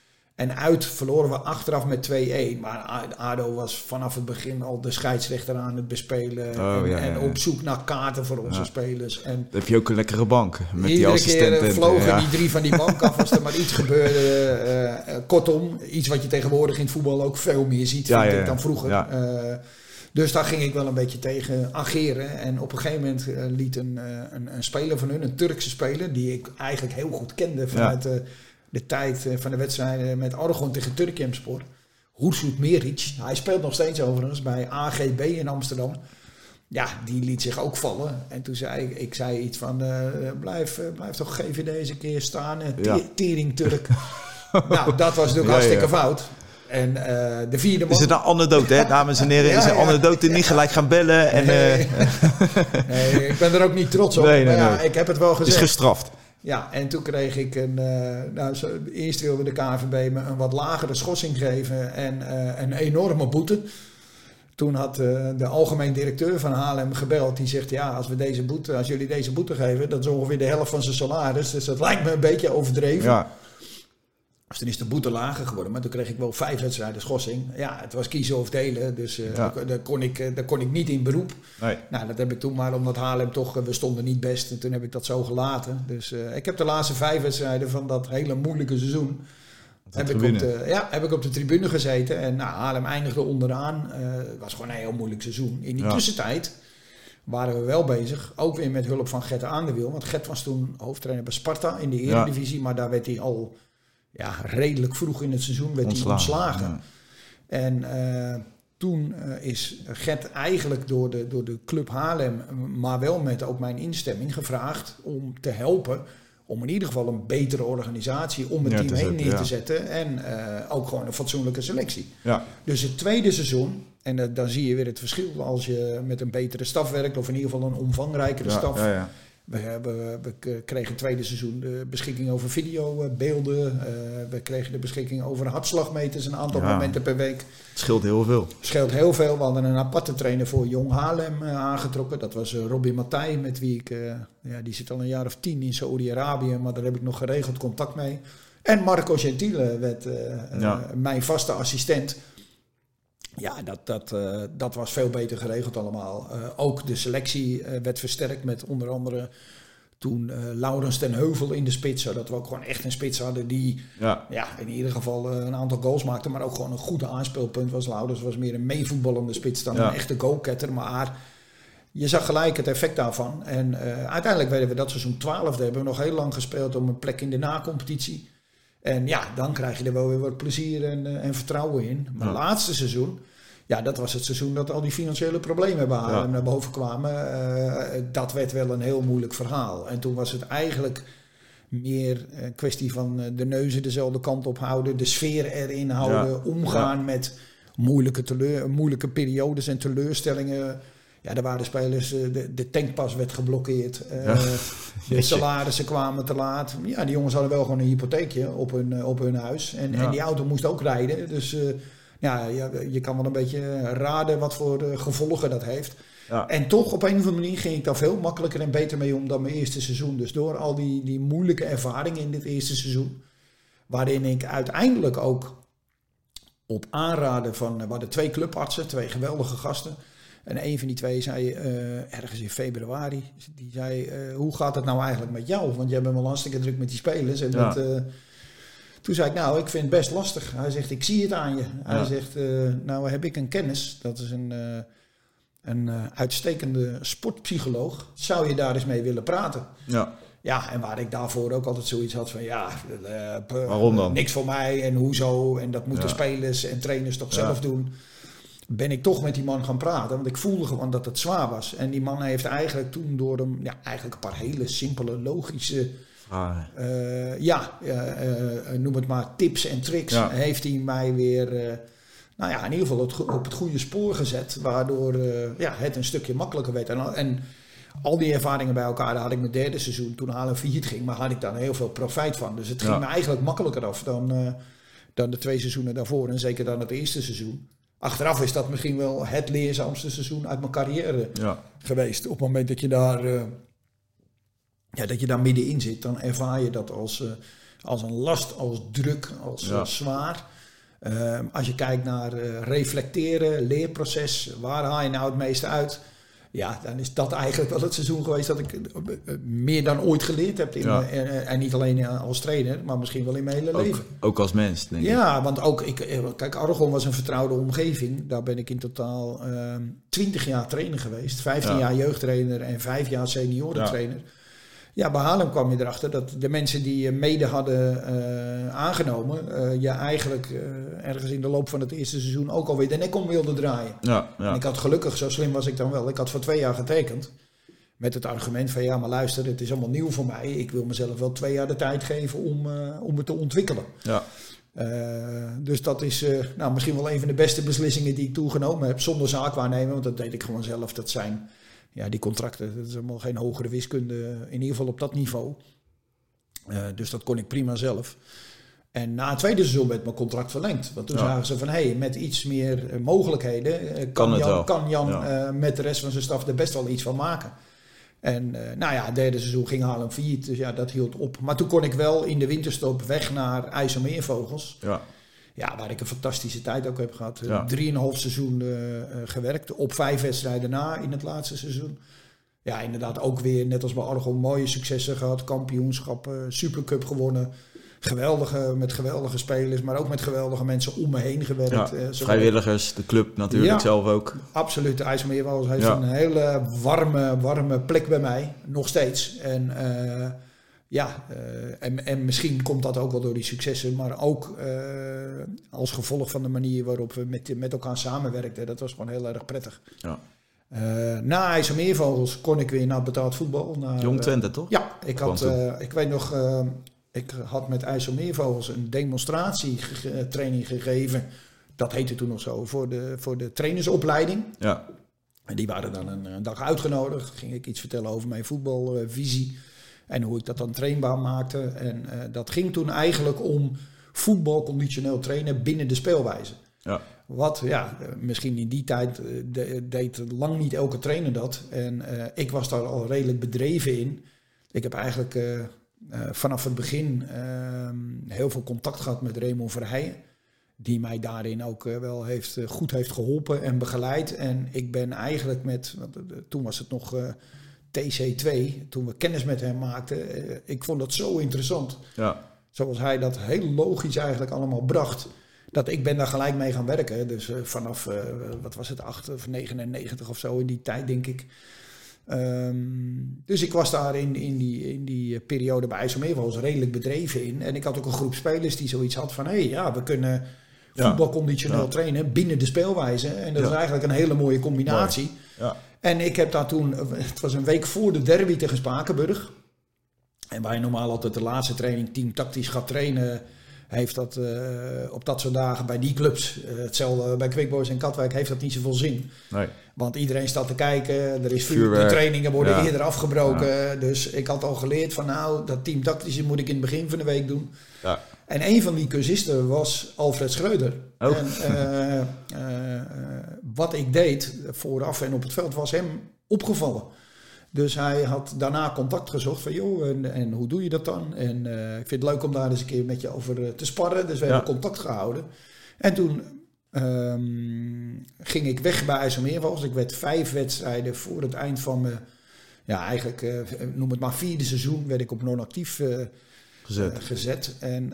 En uit verloren we achteraf met twee-een. Maar ADO was vanaf het begin al de scheidsrechter aan het bespelen. Oh, en, ja, ja, ja. en op zoek naar kaarten voor onze ja. spelers. En
dan heb je ook een lekkere bank met die
iedere
assistenten.
Iedere keer vlogen
ja.
die drie van die bank af als er maar iets gebeurde. Uh, uh, kortom, iets wat je tegenwoordig in het voetbal ook veel meer ziet ja, ja, ja. dan vroeger. Ja. Uh, Dus daar ging ik wel een beetje tegen ageren. En op een gegeven moment uh, liet een, uh, een, een speler van hun, een Turkse speler, die ik eigenlijk heel goed kende vanuit ja. uh, de tijd uh, van de wedstrijden met Argon tegen Turkemspor. Hursut Meric. Hij speelt nog steeds overigens bij A G B in Amsterdam. Ja, die liet zich ook vallen. En toen zei ik, ik zei iets van, uh, blijf, uh, blijf toch G V deze keer staan. Uh, ja. Tering Turk. Nou, dat was natuurlijk ja, hartstikke ja. fout. En uh, de vierde man...
Is het een anekdote, hè, dames en heren? Ja, is een ja. anekdote niet gelijk gaan bellen? En,
nee, uh... nee, ik ben er ook niet trots op. Nee, nee, maar ja, nee. Ik heb het wel gezegd.
Het is gestraft.
Ja, en toen kreeg ik een... Uh, nou, zo, eerst wilde de K N V B me een wat lagere schorsing geven en uh, een enorme boete. Toen had uh, de algemeen directeur van Haarlem gebeld. Die zegt, ja, als, we deze boete, als jullie deze boete geven, dat is ongeveer de helft van zijn salaris. Dus dat lijkt me een beetje overdreven. Ja. Dus toen is de boete lager geworden, maar toen kreeg ik wel vijf wedstrijden schorsing. Ja, het was kiezen of delen, dus uh, ja. daar, daar, kon ik, daar kon ik niet in beroep. Nee. Nou, dat heb ik toen maar, omdat Haarlem toch, we stonden niet best. En toen heb ik dat zo gelaten. Dus uh, ik heb de laatste vijf wedstrijden van dat hele moeilijke seizoen... Heb ik, op de, ja, heb ik op de tribune gezeten. En nou, Haarlem eindigde onderaan. Uh, het was gewoon een heel moeilijk seizoen. In die ja. tussentijd waren we wel bezig. Ook weer met hulp van Gert Aandewiel. Want Gert was toen hoofdtrainer bij Sparta in de Eredivisie. Ja. Maar daar werd hij al... Ja, redelijk vroeg in het seizoen werd hij ontslagen. Ja. En uh, toen uh, is Gert eigenlijk door de, door de club Haarlem, maar wel met ook mijn instemming, gevraagd om te helpen. Om in ieder geval een betere organisatie om het ja, team heen neer ja. te zetten. En uh, ook gewoon een fatsoenlijke selectie. Ja. Dus het tweede seizoen, en uh, dan zie je weer het verschil als je met een betere staf werkt. Of in ieder geval een omvangrijkere ja, staf. Ja, ja. We, hebben, we kregen het tweede seizoen de beschikking over videobeelden. Uh, we kregen de beschikking over hartslagmeters een aantal ja, momenten per week.
Het scheelt heel veel. Het
scheelt heel veel. We hadden een aparte trainer voor Jong Haarlem uh, aangetrokken. Dat was uh, Robbie Matthij, met wie ik... Uh, ja, die zit al een jaar of tien in Saoedi-Arabië, maar daar heb ik nog geregeld contact mee. En Marco Gentile werd uh, ja. uh, mijn vaste assistent. Ja, dat, dat, uh, dat was veel beter geregeld allemaal. Uh, ook de selectie uh, werd versterkt met onder andere Toen uh, Laurens ten Heuvel in de spits, zodat we ook gewoon echt een spits hadden die
ja.
Ja, in ieder geval uh, een aantal goals maakte, maar ook gewoon een goede aanspeelpunt was. Laurens was meer een meevoetballende spits dan ja. een echte goalgetter, maar je zag gelijk het effect daarvan. En uh, uiteindelijk werden we dat seizoen twaalfde, hebben we nog heel lang gespeeld om een plek in de na-competitie. En ja, dan krijg je er wel weer wat plezier en, uh, en vertrouwen in. Maar het ja. laatste seizoen, ja, dat was het seizoen dat al die financiële problemen bij Haarlem ja. naar boven kwamen. Uh, dat werd wel een heel moeilijk verhaal. En toen was het eigenlijk meer een kwestie van uh, de neuzen dezelfde kant op houden, de sfeer erin houden, ja. omgaan ja. met moeilijke, teleur, moeilijke periodes en teleurstellingen. Ja, daar waren de spelers, de, de tankpas werd geblokkeerd. Uh, ja. De salarissen kwamen te laat. Ja, die jongens hadden wel gewoon een hypotheekje op hun, op hun huis. En, ja. en die auto moest ook rijden. Dus uh, ja, je, je kan wel een beetje raden wat voor uh, gevolgen dat heeft. Ja. En toch, op een of andere manier ging ik daar veel makkelijker en beter mee om dan mijn eerste seizoen. Dus door al die, die moeilijke ervaringen in dit eerste seizoen, waarin ik uiteindelijk ook op aanraden van, we hadden twee clubartsen, twee geweldige gasten. En een van die twee zei uh, ergens in februari, die zei, uh, hoe gaat het nou eigenlijk met jou? Want jij bent wel hartstikke druk met die spelers. En ja. dat, uh, toen zei ik, nou, ik vind het best lastig. Hij zegt, ik zie het aan je. Hij ja. zegt, uh, nou heb ik een kennis, dat is een, uh, een uh, uitstekende sportpsycholoog. Zou je daar eens mee willen praten?
Ja.
Ja, en waar ik daarvoor ook altijd zoiets had van, ja, uh,
waarom dan?
Niks voor mij en hoezo. En dat moeten ja. spelers en trainers toch zelf ja. doen. Ben ik toch met die man gaan praten. Want ik voelde gewoon dat het zwaar was. En die man heeft eigenlijk toen door hem, ja, eigenlijk een paar hele simpele, logische, ah. uh, ja, uh, uh, noem het maar tips en tricks, ja. heeft hij mij weer, uh, nou ja, in ieder geval het, op het goede spoor gezet. Waardoor uh, ja, het een stukje makkelijker werd. En, en al die ervaringen bij elkaar, daar had ik mijn derde seizoen, toen Haarlem failliet ging, maar had ik daar heel veel profijt van. Dus het ging ja. me eigenlijk makkelijker af dan, uh, dan de twee seizoenen daarvoor. En zeker dan het eerste seizoen. Achteraf is dat misschien wel het leerzaamste seizoen uit mijn carrière ja. geweest. Op het moment dat je daar, uh, ja, dat je daar middenin zit, dan ervaar je dat als, uh, als een last, als druk, als ja. uh, zwaar. Uh, als je kijkt naar uh, reflecteren, leerproces, waar haal je nou het meeste uit? Ja, dan is dat eigenlijk wel het seizoen geweest dat ik uh, meer dan ooit geleerd heb. In, ja. uh, en niet alleen als trainer, maar misschien wel in mijn hele
ook,
leven.
Ook als mens, denk ik.
Ja, want ook, ik, kijk, Argon was een vertrouwde omgeving. Daar ben ik in totaal uh, twintig jaar trainer geweest. vijftien ja. jaar jeugdtrainer en vijf jaar seniorentrainer. Ja. Ja, bij Haarlem kwam je erachter dat de mensen die je mede hadden uh, aangenomen, uh, je eigenlijk uh, ergens in de loop van het eerste seizoen ook alweer de nek om wilde draaien.
Ja, ja.
En ik had gelukkig, zo slim was ik dan wel, ik had voor twee jaar getekend. Met het argument van ja, maar luister, het is allemaal nieuw voor mij. Ik wil mezelf wel twee jaar de tijd geven om, uh, om het te ontwikkelen. Ja. Uh, dus dat is uh, nou, misschien wel een van de beste beslissingen die ik toen genomen heb. Zonder zaakwaarnemer, want dat deed ik gewoon zelf. Dat zijn... Ja, die contracten, dat is allemaal geen hogere wiskunde, in ieder geval op dat niveau. Uh, dus dat kon ik prima zelf. En na het tweede seizoen werd mijn contract verlengd. Want toen ja. zagen ze van, hé, hey, met iets meer uh, mogelijkheden uh, kan, kan Jan, kan Jan ja. uh, met de rest van zijn staf er best wel iets van maken. En uh, nou ja, het derde seizoen ging Haarlem failliet, dus ja, dat hield op. Maar toen kon ik wel in de winterstop weg naar IJsselmeervogels. Ja. Ja, waar ik een fantastische tijd ook heb gehad. Ja. Drieënhalf seizoen uh, uh, gewerkt. Op vijf wedstrijden na in het laatste seizoen. Ja, inderdaad ook weer, net als bij Argon, mooie successen gehad. Kampioenschappen, Supercup gewonnen. Geweldige, met geweldige spelers, maar ook met geweldige mensen om me heen gewerkt.
Ja, uh, vrijwilligers, de club natuurlijk ja, zelf ook.
Absoluut, de IJsselmeervogels heeft ja. een hele warme, warme plek bij mij. Nog steeds. En... Uh, Ja, uh, en, en misschien komt dat ook wel door die successen, maar ook uh, als gevolg van de manier waarop we met, met elkaar samenwerkten. Dat was gewoon heel erg prettig. Ja. Uh, na IJsselmeervogels kon ik weer naar betaald voetbal. Naar,
Jong Twente, uh, toch?
Ja, ik, had, uh, ik weet nog, uh, ik had met IJsselmeervogels een demonstratietraining gegeven. Dat heette toen nog zo, voor de, voor de trainersopleiding. Ja. En die waren dan een, een dag uitgenodigd. Ging ik iets vertellen over mijn voetbalvisie. En hoe ik dat dan trainbaar maakte. En uh, dat ging toen eigenlijk om voetbal conditioneel trainen binnen de speelwijze. Ja. Wat, ja, misschien in die tijd uh, de, deed lang niet elke trainer dat. En uh, ik was daar al redelijk bedreven in. Ik heb eigenlijk uh, uh, vanaf het begin uh, heel veel contact gehad met Raymond Verheijen. Die mij daarin ook uh, wel heeft, uh, goed heeft geholpen en begeleid. En ik ben eigenlijk met, want, uh, toen was het nog... Uh, T C twee, toen we kennis met hem maakten. Uh, ik vond dat zo interessant.
Ja.
Zoals hij dat heel logisch eigenlijk allemaal bracht. Dat ik ben daar gelijk mee gaan werken. Dus uh, vanaf, uh, wat was het, acht of negenennegentig of zo in die tijd, denk ik. Um, dus ik was daar in, in, die, in die periode bij IJsselmeervals redelijk bedreven in. En ik had ook een groep spelers die zoiets had van... hé, hey, ja, we kunnen voetbalconditioneel ja. trainen binnen de speelwijze. En dat ja. is eigenlijk een hele mooie combinatie. Ja. En ik heb daar toen... Het was een week voor de derby tegen Spakenburg. En waar je normaal altijd de laatste training team tactisch gaat trainen... heeft dat uh, op dat soort dagen bij die clubs, uh, hetzelfde bij Quick Boys en Katwijk, heeft dat niet zoveel zin. Nee. Want iedereen staat te kijken, er is vuur, de trainingen worden ja. eerder afgebroken. Ja. Dus ik had al geleerd van nou, dat teamtactische moet ik in het begin van de week doen. Ja. En een van die cursisten was Alfred Schreuder. Oh. En uh, uh, uh, wat ik deed vooraf en op het veld was hem opgevallen. Dus hij had daarna contact gezocht van joh, en, en hoe doe je dat dan? En uh, ik vind het leuk om daar eens een keer met je over uh, te sparren. Dus we ja. hebben contact gehouden. En toen um, ging ik weg bij IJsselmeervals. Ik werd vijf wedstrijden voor het eind van mijn, ja eigenlijk uh, noem het maar vierde seizoen, werd ik op non-actief uh, gezet. Uh, gezet. En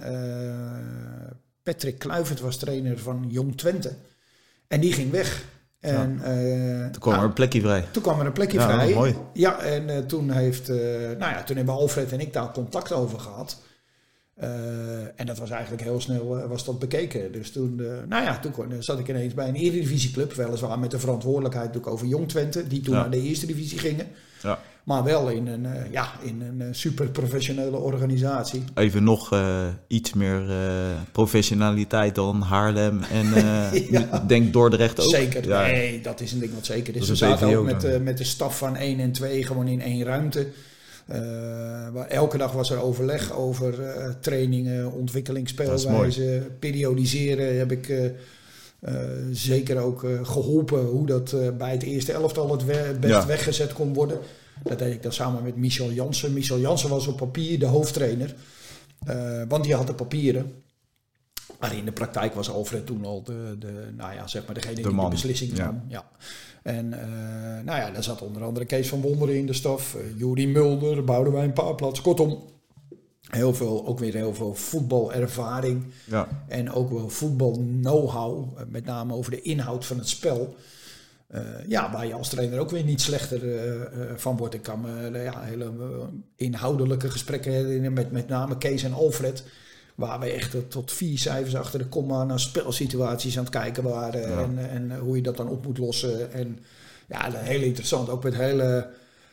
uh, Patrick Kluivert was trainer van Jong Twente. En die ging weg. En,
ja. uh,
toen
kwam er een plekje vrij.
Toen kwam er een plekje
ja,
vrij.
Mooi.
Ja, en uh, toen heeft, uh, nou ja, toen hebben Alfred en ik daar contact over gehad. Uh, en dat was eigenlijk heel snel uh, was dat bekeken. Dus toen, uh, nou ja, toen kon, uh, zat ik ineens bij een eredivisieclub, weliswaar met de verantwoordelijkheid natuurlijk over Jong Twente, die toen ja. naar de eerste divisie gingen. Ja. Maar wel in een, uh, ja, in een uh, super professionele organisatie.
Even nog uh, iets meer uh, professionaliteit dan Haarlem en uh, ja. denk Dordrecht ook.
Zeker,
ja.
nee, dat is een ding wat zeker is. We zaten ook met, uh, met de staf van één en twee gewoon in één ruimte. Uh, waar elke dag was er overleg over uh, trainingen, ontwikkeling, speelwijze, periodiseren. Heb ik uh, uh, zeker ook uh, geholpen hoe dat uh, bij het eerste elftal het we- best ja. weggezet kon worden. Dat deed ik dan samen met Michel Jansen. Michel Jansen was op papier de hoofdtrainer. Uh, want die had de papieren. Maar in de praktijk was Alfred toen al de, de, nou ja, zeg maar degene de die man. de beslissing nam. Ja. Ja. En uh, nou ja, daar zat onder andere Kees van Wonderen in de staf. Uh, Juri Mulder, Boudewijn Paarplaats. Kortom, heel veel, ook weer heel veel voetbalervaring. Ja. En ook wel voetbal know-how. Met name over de inhoud van het spel. Uh, ja, waar je als trainer ook weer niet slechter uh, uh, van wordt. Ik kan me uh, ja, hele uh, inhoudelijke gesprekken herinneren met met name Kees en Alfred. Waar we echt uh, tot vier cijfers achter de komma naar spelsituaties aan het kijken waren. Ja. En, en uh, hoe je dat dan op moet lossen. En ja, heel interessant. Ook met hele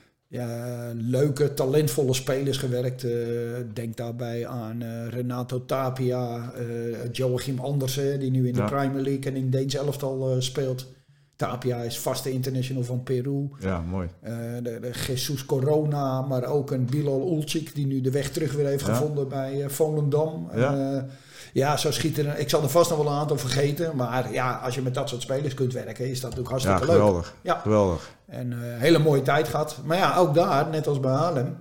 ja, leuke, talentvolle spelers gewerkt. Uh, denk daarbij aan uh, Renato Tapia, uh, Joachim Andersen, die nu in ja. de Premier League en in Deens elftal uh, speelt. Tapia is vaste international van Peru.
Ja, mooi.
Uh, de, de Jesus Corona, maar ook een Bilal Ulcik die nu de weg terug weer heeft ja. gevonden bij uh, Volendam. Ja. Uh, ja, zo schiet er. Ik zal er vast nog wel een aantal vergeten. Maar ja, als je met dat soort spelers kunt werken, is dat natuurlijk hartstikke
ja, geweldig.
leuk. Ja,
geweldig.
En uh, hele mooie tijd gehad. Maar ja, ook daar, net als bij Haarlem,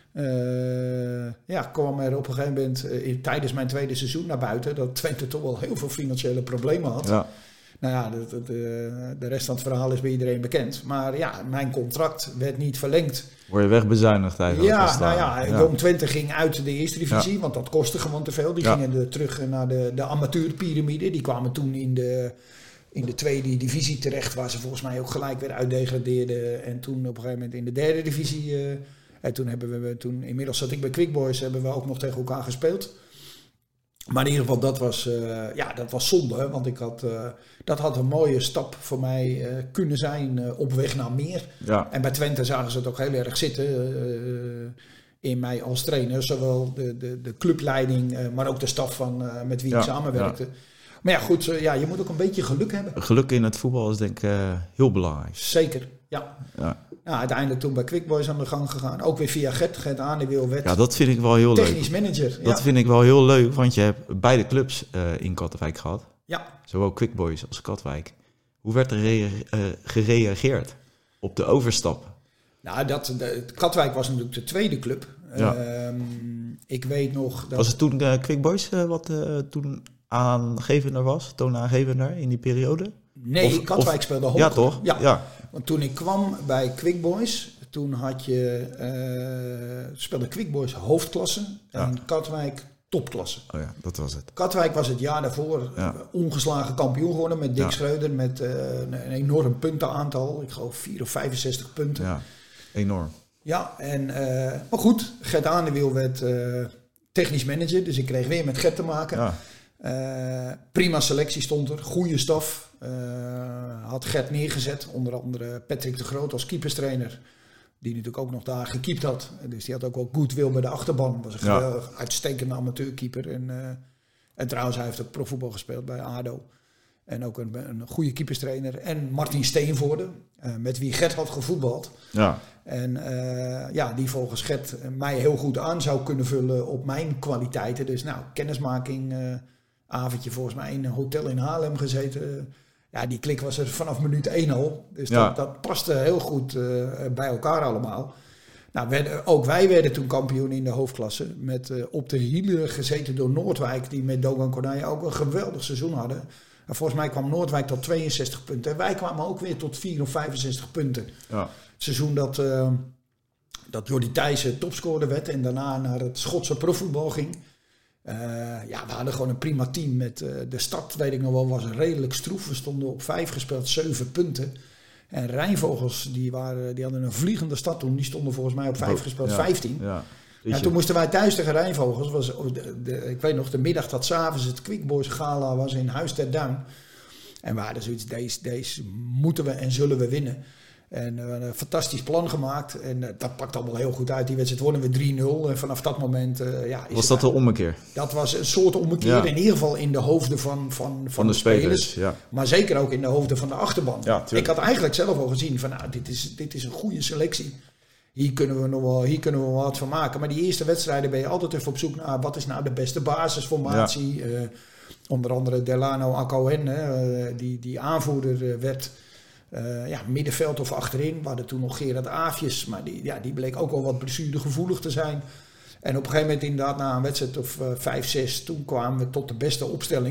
uh, ja, kwam er op een gegeven moment uh, tijdens mijn tweede seizoen naar buiten dat Twente toch wel heel veel financiële problemen had. Ja. Nou ja, de, de, de rest van het verhaal is bij iedereen bekend. Maar ja, mijn contract werd niet verlengd.
Word je wegbezuinigd eigenlijk?
Ja, nou ja, ja. Jong Twente ging uit de eerste divisie, ja. want dat kostte gewoon te veel. Die ja. gingen de, terug naar de, de amateurpyramide. Die kwamen toen in de, in de tweede divisie terecht, waar ze volgens mij ook gelijk weer uitdegradeerden. En toen op een gegeven moment in de derde divisie. Uh, en toen hebben we, toen, inmiddels zat ik bij Quick Boys, hebben we ook nog tegen elkaar gespeeld. Maar in ieder geval, dat was, uh, ja, dat was zonde. Want ik had, uh, dat had een mooie stap voor mij uh, kunnen zijn uh, op weg naar meer. Ja. En bij Twente zagen ze het ook heel erg zitten. Uh, in mij als trainer. Zowel de, de, de clubleiding, uh, maar ook de staf van, uh, met wie ja, ik samenwerkte. Ja. Maar ja, goed, uh, ja, je moet ook een beetje geluk hebben.
Geluk in het voetbal is denk ik uh, heel belangrijk.
Zeker, ja. ja. Ja, uiteindelijk toen bij Quick Boys aan de gang gegaan. Ook weer via Gert, Gert Aanewil werd
ja, dat vind ik wel heel
technisch
leuk.
manager.
Dat
ja.
vind ik wel heel leuk, want je hebt beide clubs uh, in Katwijk gehad.
Ja.
Zowel Quick Boys als Katwijk. Hoe werd er rea- uh, gereageerd op de overstap?
Nou, dat, de, Katwijk was natuurlijk de tweede club. Ja. Um, ik weet nog... Dat
was het toen uh, Quick Boys uh, wat uh, toen aangevender was? Toonaangevender in die periode?
Nee, of, Katwijk
of,
speelde hoger.
Ja, toch?
Ja.
ja.
Want toen ik kwam bij Quick Boys, Toen had je, uh, speelde Quick Boys hoofdklasse en ja. Katwijk topklasse.
Oh ja, dat was het.
Katwijk was het jaar daarvoor ja. ongeslagen kampioen geworden met Dick ja. Schreuder. Met uh, een, een enorm puntenaantal. Ik geloof vier of vijfenzestig punten.
Ja, enorm.
Ja, en, uh, maar goed. Gert Aandewiel werd uh, technisch manager. Dus ik kreeg weer met Gert te maken. Ja. Uh, prima selectie stond er. Goede staf. Uh, had Gert neergezet. Onder andere Patrick de Groot als keeperstrainer. Die natuurlijk ook nog daar gekiept had. Dus die had ook wel goodwill bij de achterban. Was een geweldig ja. uitstekende amateurkeeper. En, uh, en trouwens, hij heeft ook profvoetbal gespeeld bij A D O. En ook een, een goede keeperstrainer. En Martin Steenvoorde, uh, met wie Gert had gevoetbald. Ja. En uh, ja, die volgens Gert mij heel goed aan zou kunnen vullen op mijn kwaliteiten. Dus nou, kennismaking, uh, avondje volgens mij in een hotel in Haarlem gezeten. Ja, die klik was er vanaf minuut één al. Dus ja. dat, dat paste heel goed uh, bij elkaar allemaal. Nou, werden, ook wij werden toen kampioen in de hoofdklasse. Met uh, op de hielen gezeten door Noordwijk. Die met Dogan Kornij ook een geweldig seizoen hadden. En volgens mij kwam Noordwijk tot tweeënzestig punten. En wij kwamen ook weer tot vier of vijfenzestig punten. Ja. Het seizoen dat, uh, dat Jordi Thijssen topscorer werd. En daarna naar het Schotse profvoetbal ging. Uh, ja, we hadden gewoon een prima team. Met uh, de start, weet ik nog wel, was redelijk stroef. We stonden op vijf gespeeld, zeven punten. En Rijnvogels, die, waren, die hadden een vliegende start toen. Die stonden volgens mij op vijf gespeeld, ja, vijftien. Ja. En toen moesten wij thuis tegen Rijnvogels. Was de, de, ik weet nog, de middag dat 's avonds het Quick Boys Gala was in Huis ter Duin. En we hadden zoiets, deze, deze moeten we en zullen we winnen. En we hadden een fantastisch plan gemaakt. En uh, dat pakt allemaal heel goed uit. Die wedstrijd wonnen we drie nul. En vanaf dat moment... Uh, ja, is
was dat de ommekeer?
Dat was een soort ommekeer. Ja. In ieder geval in de hoofden van, van, van,
van de, de spelers. spelers ja.
Maar zeker ook in de hoofden van de achterban.
Ja,
ik had eigenlijk zelf al gezien van... Nou, dit is, dit is een goede selectie. Hier kunnen we nog wel, hier kunnen we wel wat van maken. Maar die eerste wedstrijden ben je altijd even op zoek naar... Wat is nou de beste basisformatie? Ja. Uh, onder andere Delano Acohen, hè, die, die aanvoerder uh, werd... Uh, ja, middenveld of achterin. We hadden toen nog Gerard Aafjes, maar die, ja, die bleek ook wel wat blessuregevoelig te zijn. En op een gegeven moment inderdaad na een wedstrijd of uh, vijf, zes, toen kwamen we tot de beste opstelling.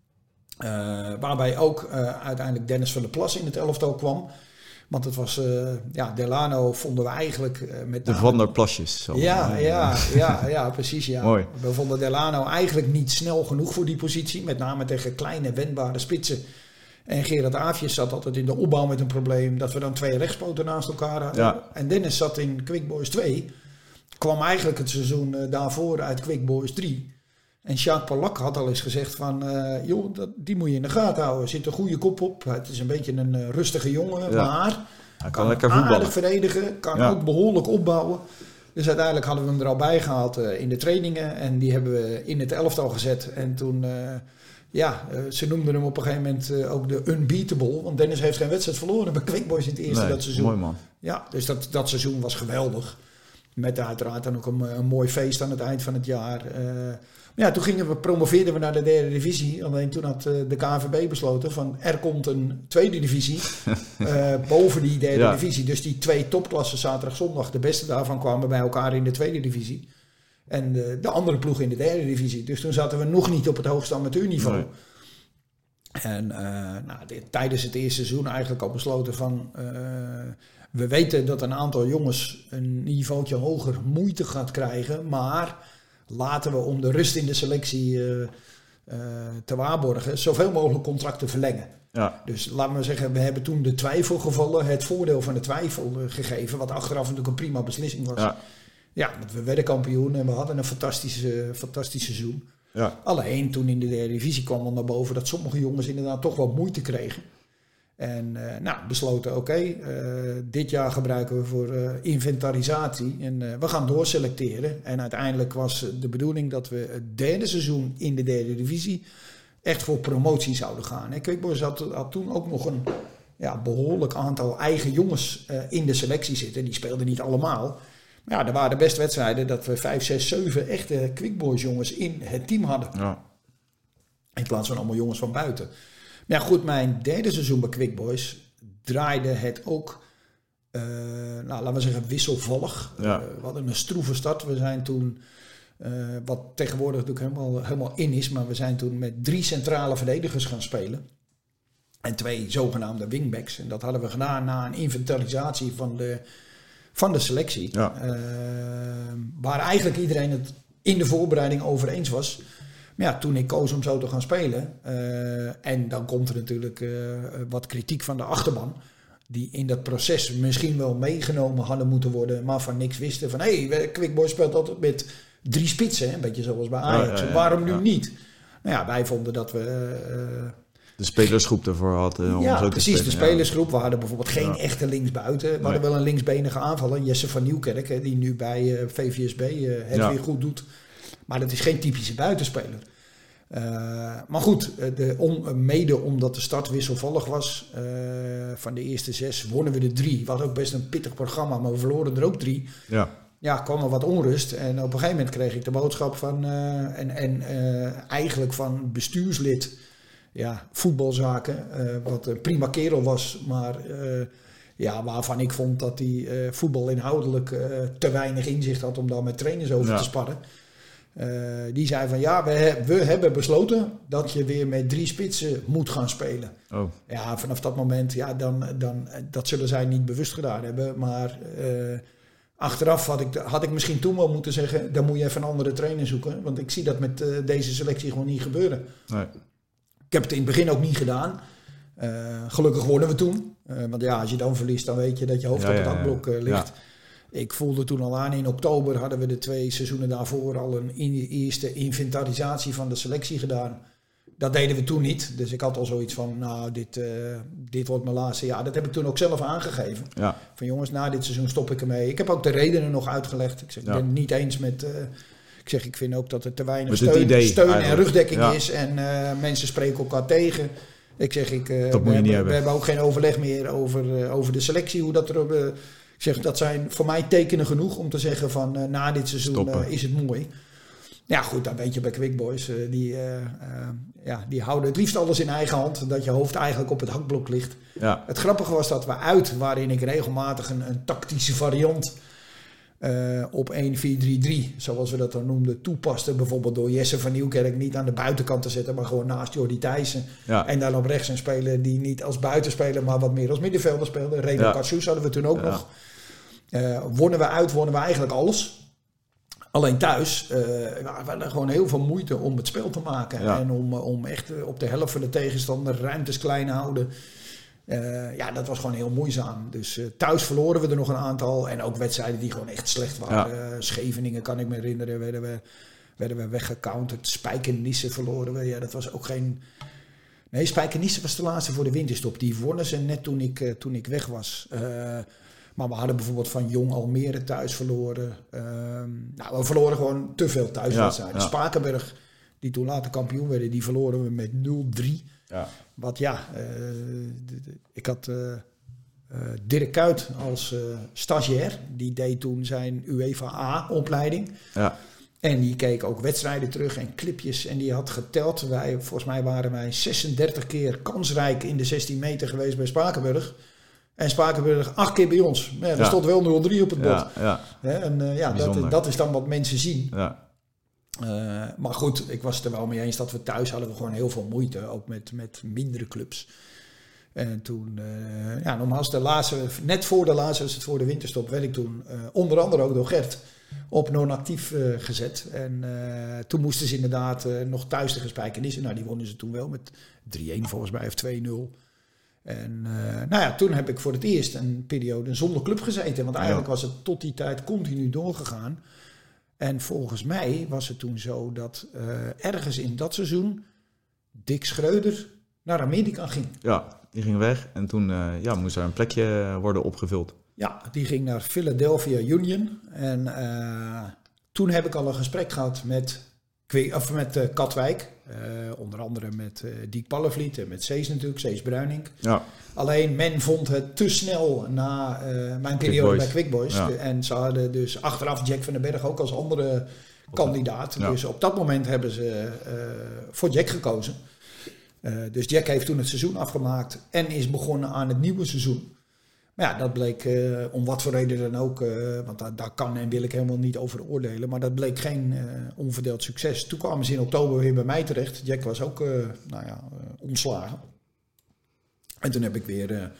Uh, waarbij ook uh, uiteindelijk Dennis van der Plas in het elftal kwam. Want het was, uh, ja, Delano vonden we eigenlijk... Uh, met
de Van der Plasjes. Zo.
Ja, ja, ja, ja, precies. Ja.
Mooi.
We vonden Delano eigenlijk niet snel genoeg voor die positie. Met name tegen kleine, wendbare spitsen. En Gerard Aafjes zat altijd in de opbouw met een probleem... dat we dan twee rechtspoten naast elkaar hadden. Ja. En Dennis zat in Quick Boys twee. Kwam eigenlijk het seizoen uh, daarvoor uit Quick Boys drie. En Sjaak Palak had al eens gezegd van... Uh, joh, dat, die moet je in de gaten houden. Er zit een goede kop op. Het is een beetje een uh, rustige jongen. Ja. Maar hij
kan,
kan
lekker
aardig
voetballen.
verdedigen. Kan
ja.
ook behoorlijk opbouwen. Dus uiteindelijk hadden we hem er al bij gehaald uh, in de trainingen. En die hebben we in het elftal gezet. En toen... Uh, Ja, uh, ze noemden hem op een gegeven moment uh, ook de unbeatable. Want Dennis heeft geen wedstrijd verloren bij Quick Boys in het eerste
nee,
dat seizoen.
Mooi man.
Ja, dus dat, dat seizoen was geweldig. Met uiteraard dan ook een, een mooi feest aan het eind van het jaar. Uh, maar ja, toen gingen we, promoveerden we naar de derde divisie. Alleen toen had uh, de K N V B besloten van er komt een tweede divisie uh, boven die derde ja. divisie. Dus die twee topklassen zaterdag, zondag, de beste daarvan kwamen bij elkaar in de tweede divisie. En de, de andere ploeg in de derde divisie. Dus toen zaten we nog niet op het hoogste amateurniveau. Nee. En uh, nou, dit, tijdens het eerste seizoen eigenlijk al besloten van... Uh, we weten dat een aantal jongens een niveautje hoger moeite gaat krijgen. Maar laten we om de rust in de selectie uh, uh, te waarborgen... zoveel mogelijk contracten verlengen. Ja. Dus laten we zeggen, we hebben toen de twijfelgevallen... het voordeel van de twijfel uh, gegeven... wat achteraf natuurlijk een prima beslissing was... Ja. Ja, we werden kampioen en we hadden een fantastische, fantastisch seizoen. Ja. Alleen toen in de derde divisie kwam dan naar boven dat sommige jongens inderdaad toch wel moeite kregen. En uh, nou, besloten, oké, okay, uh, dit jaar gebruiken we voor uh, inventarisatie en uh, we gaan doorselecteren. En uiteindelijk was de bedoeling dat we het derde seizoen in de derde divisie echt voor promotie zouden gaan. En Quick Boys had, had toen ook nog een ja, behoorlijk aantal eigen jongens uh, in de selectie zitten. Die speelden niet allemaal. Ja, er waren best wedstrijden dat we vijf, zes, zeven echte Quick Boys jongens in het team hadden. Ja. In plaats van allemaal jongens van buiten. Maar ja, goed, mijn derde seizoen bij Quick Boys draaide het ook, uh, nou, laten we zeggen, wisselvallig. Ja. Uh, we hadden een stroeve start. We zijn toen, uh, wat tegenwoordig natuurlijk helemaal, helemaal in is, maar we zijn toen met drie centrale verdedigers gaan spelen. En twee zogenaamde wingbacks. En dat hadden we gedaan na een inventarisatie van de... van de selectie.
Ja.
Uh, waar eigenlijk iedereen het in de voorbereiding over eens was. Maar ja, toen ik koos om zo te gaan spelen. Uh, en dan komt er natuurlijk uh, wat kritiek van de achterban. Die in dat proces misschien wel meegenomen hadden moeten worden. Maar van niks wisten. Van hé, hey, Quick Boys speelt altijd met drie spitsen. Een beetje zoals bij Ajax. Ja, ja, ja, Waarom nu ja. niet? Nou ja, wij vonden dat we... Uh,
de spelersgroep ervoor had. Uh, om
ja,
zo te
precies.
spelen.
De spelersgroep. We hadden bijvoorbeeld geen ja. echte linksbuiten. We nee. hadden wel een linksbenige aanvaller. Jesse van Nieuwkerk. Hè, die nu bij uh, V V S B uh, het ja. weer goed doet. Maar dat is geen typische buitenspeler. Uh, maar goed, de, om, mede omdat de start wisselvallig was. Uh, van de eerste zes wonnen we er drie. We hadden ook best een pittig programma. Maar we verloren er ook drie. Ja. Ja, kwam er wat onrust. En op een gegeven moment kreeg ik de boodschap van... Uh, en, en uh, eigenlijk van bestuurslid... Ja, voetbalzaken, uh, wat een prima kerel was, maar uh, ja, waarvan ik vond dat hij uh, voetbal inhoudelijk uh, te weinig inzicht had om daar met trainers over ja. te sparren. Uh, die zei van ja, we, he- we hebben besloten dat je weer met drie spitsen moet gaan spelen. Oh. Ja, vanaf dat moment, ja, dan, dan, dat zullen zij niet bewust gedaan hebben, maar uh, achteraf had ik, had ik misschien toen wel moeten zeggen, dan moet je even een andere trainer zoeken, want ik zie dat met uh, deze selectie gewoon niet gebeuren. Nee. Ik heb het in het begin ook niet gedaan. Uh, gelukkig wonnen we toen. Uh, want ja, als je dan verliest, dan weet je dat je hoofd ja, op het hakblok uh, ligt. Ja. Ik voelde toen al aan, in oktober hadden we de twee seizoenen daarvoor al een in, eerste inventarisatie van de selectie gedaan. Dat deden we toen niet. Dus ik had al zoiets van, nou, dit, uh, dit wordt mijn laatste jaar. Dat heb ik toen ook zelf aangegeven. Ja. Van jongens, na dit seizoen stop ik ermee. Ik heb ook de redenen nog uitgelegd. Ik zeg, ja. ik ben het niet eens met... Uh, Ik zeg, ik vind ook dat er te weinig steun, idee, steun en rugdekking ja. is. En uh, mensen spreken elkaar tegen. Ik zeg, ik, uh,
dat moet je
we,
niet
hebben,
hebben.
we hebben ook geen overleg meer over, uh, over de selectie. Hoe dat er, uh, ik zeg, dat zijn voor mij tekenen genoeg om te zeggen van uh, na dit seizoen uh, is het mooi. Ja goed, dan weet je bij Quick Boys. Uh, die, uh, uh, ja, die houden het liefst alles in eigen hand. Dat je hoofd eigenlijk op het hakblok ligt. Ja. Het grappige was dat we uit, waarin ik regelmatig een, een tactische variant... Uh, op één vier drie drie, zoals we dat dan noemden, toepaste. Bijvoorbeeld door Jesse van Nieuwkerk niet aan de buitenkant te zetten, maar gewoon naast Jordi Thijssen. Ja. En dan op rechts een speler die niet als buitenspeler, maar wat meer als middenvelder speelde. Reno ja. Cassius hadden we toen ook ja. nog. Uh, wonnen we uit, wonnen we eigenlijk alles. Alleen thuis, uh, we hadden gewoon heel veel moeite om het spel te maken. Ja. En om, om echt op de helft van de tegenstander ruimtes klein houden. Uh, ja, dat was gewoon heel moeizaam. Dus uh, thuis verloren we er nog een aantal. En ook wedstrijden die gewoon echt slecht waren. Ja. Uh, Scheveningen kan ik me herinneren. Werden we, werden we weggecounterd. Spijkenisse verloren we. Ja, dat was ook geen... Nee, Spijkenisse was de laatste voor de winterstop. Die wonnen ze net toen ik, uh, toen ik weg was. Uh, maar we hadden bijvoorbeeld van Jong Almere thuis verloren. Uh, nou, we verloren gewoon te veel thuiswedstrijden. Ja, ja. Spakenburg, die toen later kampioen werden, die verloren we met nul drie. Ja. Wat ja, uh, de, de, ik had uh, uh, Dirk Kuyt als uh, stagiair. Die deed toen zijn UEFA A-opleiding. Ja. En die keek ook wedstrijden terug en clipjes. En die had geteld. Wij, volgens mij waren wij zesendertig keer kansrijk in de zestien meter geweest bij Spakenburg. En Spakenburg acht keer bij ons. Ja, er ja. stond wel nul drie op het bord. Ja, ja. Ja, en uh, ja, dat, dat is dan wat mensen zien. Ja. Uh, maar goed, ik was het er wel mee eens dat we thuis hadden we gewoon heel veel moeite. Ook met, met mindere clubs. En toen, uh, ja, nogmaals, de laatste, net voor de laatste, was het voor de winterstop, werd ik toen uh, onder andere ook door Gert op non-actief uh, gezet. En uh, toen moesten ze inderdaad uh, nog thuis tegen Spijkenisse. Nou, die wonnen ze toen wel met drie-een volgens mij of twee nul. En uh, nou ja, toen heb ik voor het eerst een periode zonder club gezeten. Want eigenlijk was het tot die tijd continu doorgegaan. En volgens mij was het toen zo dat uh, ergens in dat seizoen Dick Schreuder naar Amerika ging.
Ja, die ging weg en toen uh, ja, moest er een plekje worden opgevuld.
Ja, die ging naar Philadelphia Union. En uh, toen heb ik al een gesprek gehad met, of met uh, Katwijk. Uh, onder andere met uh, Diek Pallevliet en met Cees natuurlijk, Cees Bruinink. Ja. Alleen men vond het te snel na uh, mijn periode bij Quick Boys. Ja. En ze hadden dus achteraf Jack van den Berg ook als andere kandidaat. Ja. Dus op dat moment hebben ze uh, voor Jack gekozen. Uh, dus Jack heeft toen het seizoen afgemaakt en is begonnen aan het nieuwe seizoen. Maar ja, dat bleek uh, om wat voor reden dan ook, uh, want daar, daar kan en wil ik helemaal niet over oordelen, maar dat bleek geen uh, onverdeeld succes. Toen kwamen ze in oktober weer bij mij terecht. Jack was ook uh, nou ja, uh, ontslagen. En toen heb ik weer uh, nou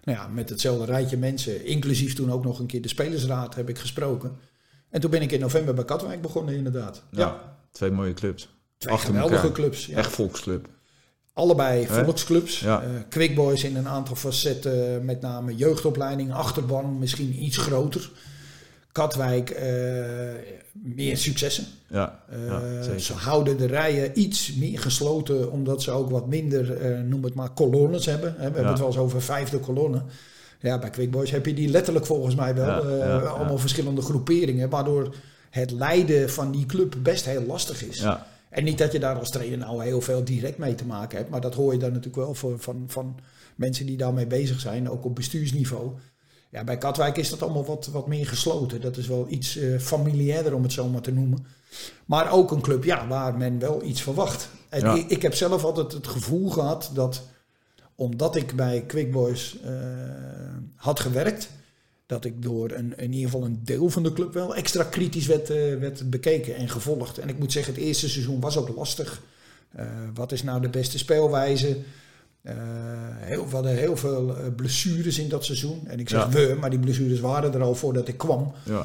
nou ja, met hetzelfde rijtje mensen, inclusief toen ook nog een keer de spelersraad, heb ik gesproken. En toen ben ik in november bij Katwijk begonnen inderdaad.
Ja,
Ja.
Twee mooie clubs.
Twee geweldige
elkaar.
clubs. Ja.
Echt volksclub.
Allebei
He?
volksclubs.
Ja.
Uh, Quick Boys in een aantal facetten, met name jeugdopleiding, achterban, misschien iets groter. Katwijk, uh, meer successen.
Ja,
Uh,
ja,
ze houden de rijen iets meer gesloten, omdat ze ook wat minder, uh, noem het maar, kolonnes hebben. We hebben
ja.
het wel eens over vijfde kolonne. Ja, bij Quick Boys heb je die letterlijk volgens mij wel.
Ja,
uh,
ja,
allemaal
ja.
verschillende groeperingen, waardoor het leiden van die club best heel lastig is.
Ja.
En niet dat je daar als trainer nou heel veel direct mee te maken hebt, maar dat hoor je dan natuurlijk wel voor, van, van mensen die daarmee bezig zijn, ook op bestuursniveau. Ja, bij Katwijk is dat allemaal wat, wat meer gesloten. Dat is wel iets uh, familiairder, om het zo maar te noemen. Maar ook een club, ja, waar men wel iets verwacht. En
Ja.
ik, ik heb zelf altijd het gevoel gehad dat, omdat ik bij Quick Boys uh, had gewerkt, dat ik door een, in ieder geval een deel van de club wel extra kritisch werd, uh, werd bekeken en gevolgd. En ik moet zeggen, het eerste seizoen was ook lastig. Uh, wat is nou de beste speelwijze? Uh, heel, we hadden heel veel uh, blessures in dat seizoen. En ik zeg
Ja.
we, maar die blessures waren er al voordat ik kwam.
Ja.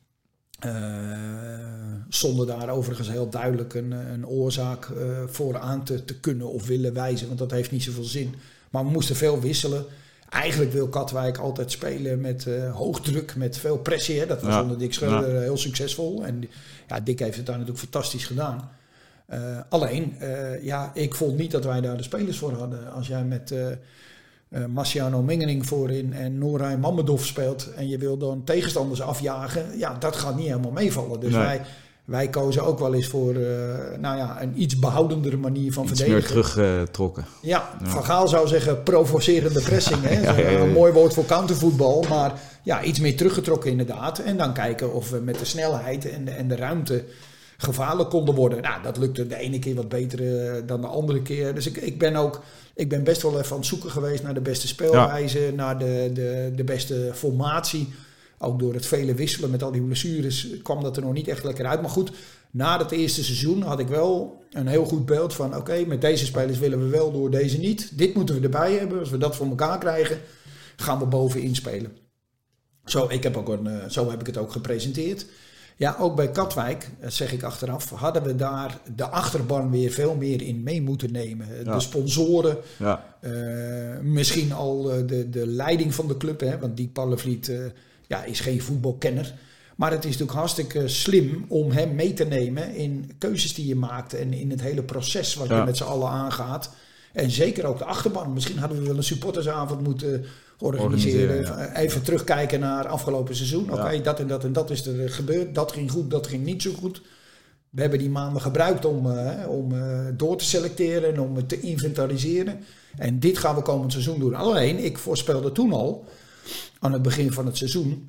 Uh, zonder daar overigens heel duidelijk een, een oorzaak uh, voor aan te, te kunnen of willen wijzen. Want dat heeft niet zoveel zin. Maar we moesten veel wisselen. Eigenlijk wil Katwijk altijd spelen met uh, hoog druk, met veel pressie. Hè. Dat was
Ja.
onder Dick Schreuder
Ja.
heel succesvol. En ja, Dick heeft het daar natuurlijk fantastisch gedaan. Uh, alleen, uh, ja, ik vond niet dat wij daar de spelers voor hadden. Als jij met uh, uh, Marciano Mengering voorin en Noorij Mammadov speelt en je wil dan tegenstanders afjagen, ja, dat gaat niet helemaal meevallen. Dus
Nee.
wij, wij kozen ook wel eens voor uh, nou ja, een iets behoudendere manier van
Iets
verdedigen.
meer teruggetrokken.
Ja,
Ja.
Van Gaal zou zeggen provocerende pressing. Hè?
Ja, ja, ja.
Een mooi woord voor countervoetbal. Maar ja, iets meer teruggetrokken inderdaad. En dan kijken of we met de snelheid en de, en de ruimte gevaarlijk konden worden. Nou, dat lukte de ene keer wat beter uh, dan de andere keer. Dus ik, ik ben ook ik ben best wel even aan het zoeken geweest naar de beste speelwijze. Ja. Naar de, de, de beste formatie. Ook door het vele wisselen met al die blessures kwam dat er nog niet echt lekker uit. Maar goed, na het eerste seizoen had ik wel een heel goed beeld van... oké, okay, met deze spelers willen we wel door, deze niet. Dit moeten we erbij hebben. Als we dat voor elkaar krijgen, gaan we bovenin spelen. Zo, ik heb ook een, zo heb ik het ook gepresenteerd. Ja, ook bij Katwijk, zeg ik achteraf, hadden we daar de achterban weer veel meer in mee moeten nemen. Ja. De sponsoren,
ja.
uh, misschien al de, de leiding van de club, hè, want Dick Parlevliet uh, ja, is geen voetbalkenner. Maar het is natuurlijk hartstikke slim om hem mee te nemen in keuzes die je maakt en in het hele proces wat ja. je met z'n allen aangaat. En zeker ook de achterban. Misschien hadden we wel een supportersavond moeten organiseren. organiseren ja. Even ja. terugkijken naar afgelopen seizoen. Oké, okay, ja. dat en dat en dat is er gebeurd. Dat ging goed, dat ging niet zo goed. We hebben die maanden gebruikt om, uh, om uh, door te selecteren en om te inventariseren. En dit gaan we komend seizoen doen. Alleen, ik voorspelde toen al, aan het begin van het seizoen,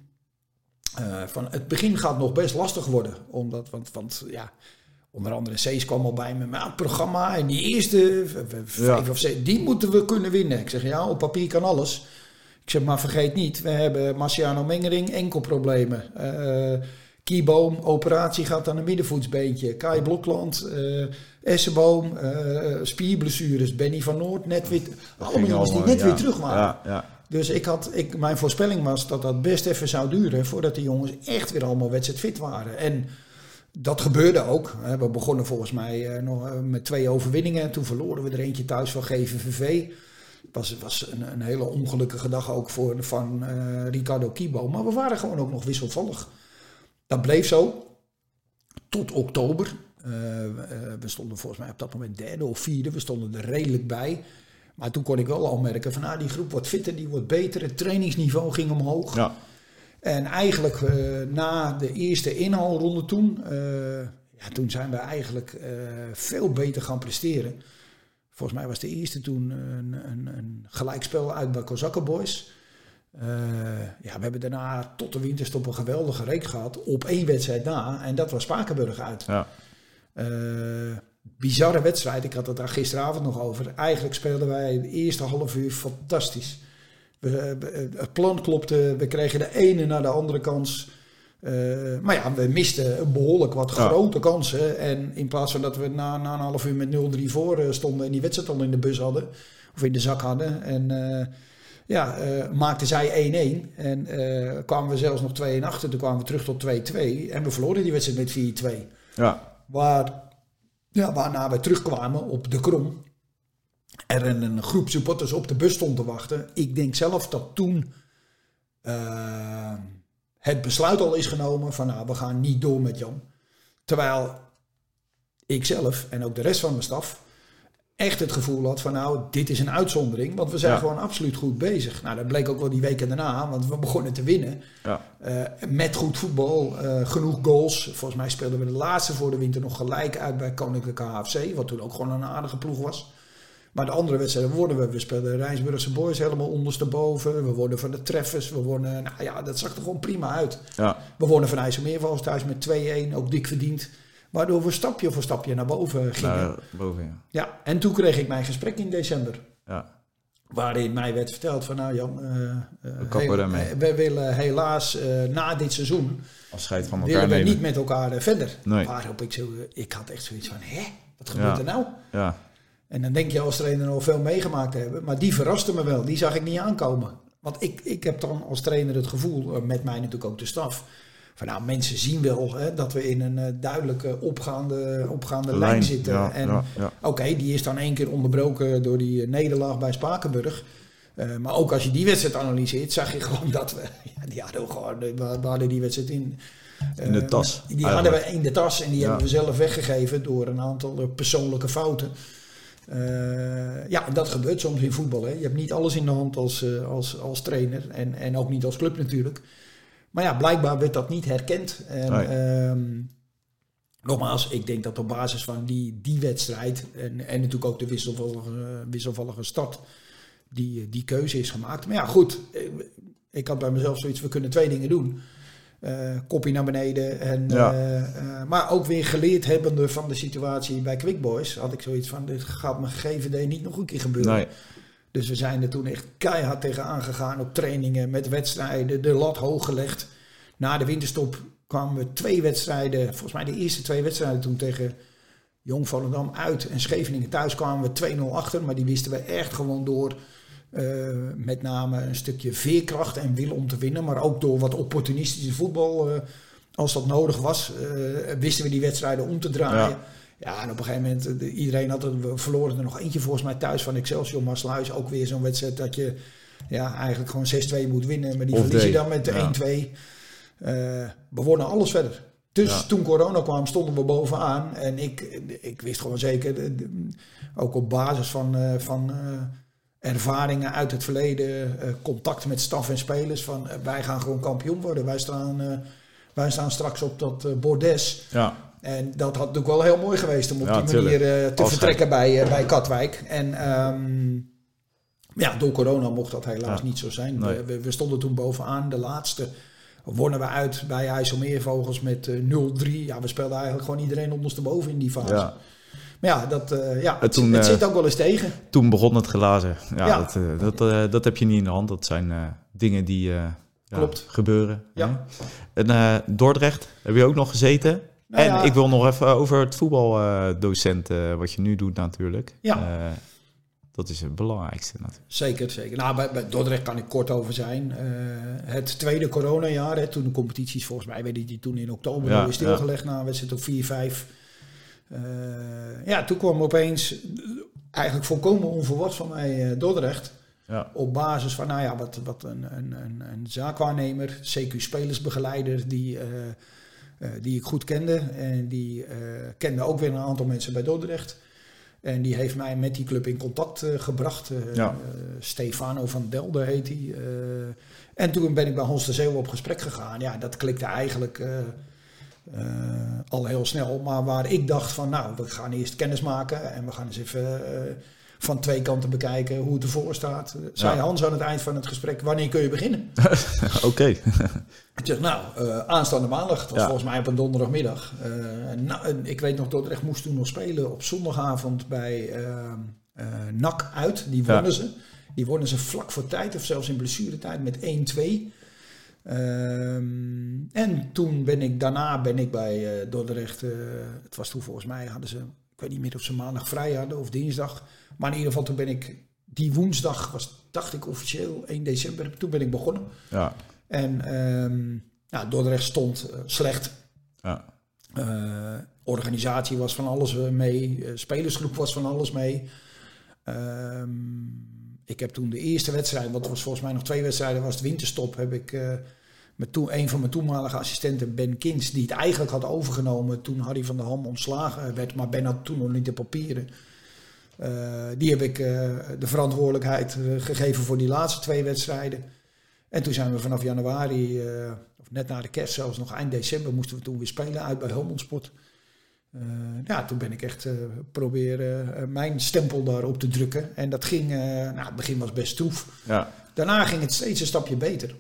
uh, van het begin gaat nog best lastig worden. Omdat, want, want ja... Onder andere Cees kwam al bij me met het programma. En die eerste, vijf ja. of zes, die moeten we kunnen winnen. Ik zeg, ja, op papier kan alles. Ik zeg, maar vergeet niet, we hebben Marciano Mengering, enkelproblemen. Uh, Kieboom, operatie gaat aan een middenvoetsbeentje. Kai Blokland, uh, Esseboom, uh, spierblessures. Benny van Noord, net weer... Allemaal jongens die net ja. weer terug waren. Ja, ja. Dus ik had, ik, mijn voorspelling was dat dat best even zou duren... voordat die jongens echt weer allemaal wedstrijdfit waren. En... Dat gebeurde ook. We begonnen volgens mij nog met twee overwinningen. Toen verloren we er eentje thuis van G V V V. Het was, was een, een hele ongelukkige dag ook voor, van uh, Ricardo Kiebo. Maar we waren gewoon ook nog wisselvallig. Dat bleef zo. Tot oktober. Uh, we stonden volgens mij op dat moment derde of vierde. We stonden er redelijk bij. Maar toen kon ik wel al merken van ah, die groep wordt fitter, die wordt beter. Het trainingsniveau ging omhoog. Ja. En eigenlijk uh, na de eerste inhaalronde toen, uh, ja, toen zijn we eigenlijk uh, veel beter gaan presteren. Volgens mij was de eerste toen een, een, een gelijkspel uit bij Kozakken Boys. Uh, ja, we hebben daarna tot de winterstop een geweldige reek gehad, op één wedstrijd na. En dat was Spakenburg uit. Ja. Uh, bizarre wedstrijd, ik had het daar gisteravond nog over. Eigenlijk speelden wij de eerste half uur fantastisch. We, we, het plan klopte, we kregen de ene naar de andere kans. Uh, maar ja, we misten behoorlijk wat ja. grote kansen. En in plaats van dat we na, na een half uur met nul drie voor stonden en die wedstrijd al in de bus hadden. Of in de zak hadden. En uh, ja, uh, maakten zij één-één. En uh, kwamen we zelfs nog twee-één achter. Toen kwamen we terug tot twee-twee. En we verloren die wedstrijd met vier-twee.
Ja.
Waar, ja, waarna we terugkwamen op de Krom. Er een, een groep supporters op de bus stond te wachten. Ik denk zelf dat toen uh, het besluit al is genomen van nou, we gaan niet door met Jan. Terwijl ik zelf en ook de rest van mijn staf echt het gevoel had van nou, dit is een uitzondering. Want we zijn ja. gewoon absoluut goed bezig. Nou, dat bleek ook wel die weken daarna, want we begonnen te winnen. Ja. Uh, met goed voetbal, uh, genoeg goals. Volgens mij speelden we de laatste voor de winter nog gelijk uit bij Koninklijke H F C. Wat toen ook gewoon een aardige ploeg was. Maar de andere wedstrijden wonnen we. We speelden de Rijnsburgse Boys helemaal ondersteboven. We wonnen van de Treffers. We wonnen, nou ja, dat zag er gewoon prima uit. Ja. We wonnen van IJsselmeervals thuis met twee-één, ook dik verdiend. Waardoor we stapje voor stapje naar boven gingen.
Naar boven, ja.
Ja, en toen kreeg ik mijn gesprek in december.
Ja.
Waarin mij werd verteld van nou Jan, uh,
we, heel, uh,
we willen helaas uh, na dit seizoen
afscheid van elkaar
willen we
nemen.
niet met elkaar uh, verder.
Nee.
Waarop ik zo, uh, ik had echt zoiets van, hè, wat gebeurt
ja.
er nou?
Ja.
En dan denk je als trainer al veel meegemaakt te hebben. Maar die verraste me wel. Die zag ik niet aankomen. Want ik, ik heb dan als trainer het gevoel, met mij natuurlijk ook de staf, van nou, mensen zien wel hè, dat we in een uh, duidelijke opgaande, opgaande lijn, lijn zitten.
Ja,
en
ja, ja.
oké, okay, die is dan één keer onderbroken door die uh, nederlaag bij Spakenburg. Uh, maar ook als je die wedstrijd analyseert, zag je gewoon dat we, ja, die hadden we gewoon, we hadden die wedstrijd in,
uh, in de tas.
Die eigenlijk. hadden we in de tas en die ja. hebben we zelf weggegeven door een aantal uh, persoonlijke fouten. Uh, ja, dat gebeurt soms in voetbal. Hè. Je hebt niet alles in de hand als, uh, als, als trainer en, en ook niet als club natuurlijk. Maar ja, blijkbaar werd dat niet herkend. En, nee. um, nogmaals, ik denk dat op basis van die, die wedstrijd en, en natuurlijk ook de wisselvallige, wisselvallige start, die, die keuze is gemaakt. Maar ja, goed, ik had bij mezelf zoiets, we kunnen twee dingen doen. Uh, kopje naar beneden. En, ja. uh, uh, maar ook weer geleerd hebbende van de situatie bij Quick Boys, had ik zoiets van, dit gaat me gegeven D niet nog een keer gebeuren. Nee. Dus we zijn er toen echt keihard tegenaan gegaan op trainingen, met wedstrijden, de lat hoog gelegd. Na de winterstop kwamen we twee wedstrijden, volgens mij de eerste twee wedstrijden toen tegen Jong Volendam uit en Scheveningen thuis kwamen we twee-nul achter. Maar die wisten we echt gewoon door uh, met name een stukje veerkracht en wil om te winnen. Maar ook door wat opportunistische voetbal, uh, als dat nodig was, uh, wisten we die wedstrijden om te draaien. Ja. Ja, en op een gegeven moment, de, iedereen had het, we verloren er nog eentje volgens mij thuis van Excelsior Maasluis. Ook weer zo'n wedstrijd dat je ja, eigenlijk gewoon zes-twee moet winnen. Maar die of verlies je dan met de ja. één-twee. Uh, we wonnen alles verder. Dus ja. toen corona kwam, stonden we bovenaan. En ik, ik wist gewoon zeker, de, de, ook op basis van, uh, van uh, ervaringen uit het verleden, uh, contact met staf en spelers, van uh, wij gaan gewoon kampioen worden. Wij staan, uh, wij staan straks op dat uh, bordes.
Ja.
En dat had natuurlijk wel heel mooi geweest om op
ja,
die manier uh, te Als vertrekken bij, uh, bij Katwijk. En um, ja, door corona mocht dat helaas ja. niet zo zijn. Nee. We, we stonden toen bovenaan, de laatste wonnen we uit bij IJsselmeervogels met uh, nul drie. Ja, we speelden eigenlijk gewoon iedereen ondersteboven in die fase. Ja. Maar ja, dat, uh, ja het, toen, het zit ook wel eens tegen.
Toen begon het glazen. Ja, ja. Dat, uh, dat, uh, dat heb je niet in de hand. Dat zijn uh, dingen die uh,
Klopt.
Ja, gebeuren.
Ja.
En uh, Dordrecht heb je ook nog gezeten. Nou, en ja. ik wil nog even over het voetbaldocent, uh, wat je nu doet natuurlijk.
Ja.
Uh, dat is het belangrijkste natuurlijk.
Zeker, zeker. Nou, bij, bij Dordrecht kan ik kort over zijn. Uh, het tweede coronajaar, hè, toen de competities volgens mij, weet ik die toen in oktober ja, weer stilgelegd. Ja. Nou, we zitten op vier vijf. Uh, ja, toen kwam opeens, eigenlijk volkomen onverwachts van mij, uh, Dordrecht. Ja. Op basis van, nou ja, wat, wat een, een, een, een zaakwaarnemer, C Q-spelersbegeleider, die... Uh, Uh, die ik goed kende. En die uh, kende ook weer een aantal mensen bij Dordrecht. En die heeft mij met die club in contact uh, gebracht. Uh, ja. uh, Stefano van Delden heet hij. Uh, en toen ben ik bij Hans de Zeeuw op gesprek gegaan. Ja, dat klikte eigenlijk uh, uh, al heel snel. Maar waar ik dacht van, nou, we gaan eerst kennis maken. En we gaan eens even uh, van twee kanten bekijken hoe het ervoor staat. Uh, zei ja. Hans aan het eind van het gesprek, wanneer kun je beginnen?
Oké. Okay.
Ik zeg, nou, uh, aanstaande maandag, dat was ja. volgens mij op een donderdagmiddag. Uh, nou, ik weet nog, Dordrecht moest toen nog spelen op zondagavond bij uh, uh, N A C uit. Die wonnen ja. ze. Die wonnen ze vlak voor tijd, of zelfs in blessuretijd, met één-twee. Um, en toen ben ik, daarna ben ik bij uh, Dordrecht, uh, het was toen volgens mij, hadden ze, ik weet niet meer of ze maandag vrij hadden of dinsdag. Maar in ieder geval toen ben ik die woensdag was, dacht ik officieel, één december. Toen ben ik begonnen.
Ja.
En um, ja, Dordrecht stond uh, slecht.
Ja.
Uh, organisatie was van alles mee. Uh, spelersgroep was van alles mee. Um, ik heb toen de eerste wedstrijd, wat was volgens mij nog twee wedstrijden, was het winterstop, heb ik uh, met toen een van mijn toenmalige assistenten, Ben Kins, die het eigenlijk had overgenomen toen Harry van der Ham ontslagen werd, maar Ben had toen nog niet de papieren. Uh, die heb ik uh, de verantwoordelijkheid uh, gegeven voor die laatste twee wedstrijden. En toen zijn we vanaf januari, uh, of net na de kerst zelfs, nog eind december, moesten we toen weer spelen uit bij Helmond Sport. Uh, ja, toen ben ik echt uh, proberen uh, mijn stempel daarop te drukken. En dat ging, uh, nou, het begin was best stroef.
Ja.
Daarna ging het steeds een stapje beter.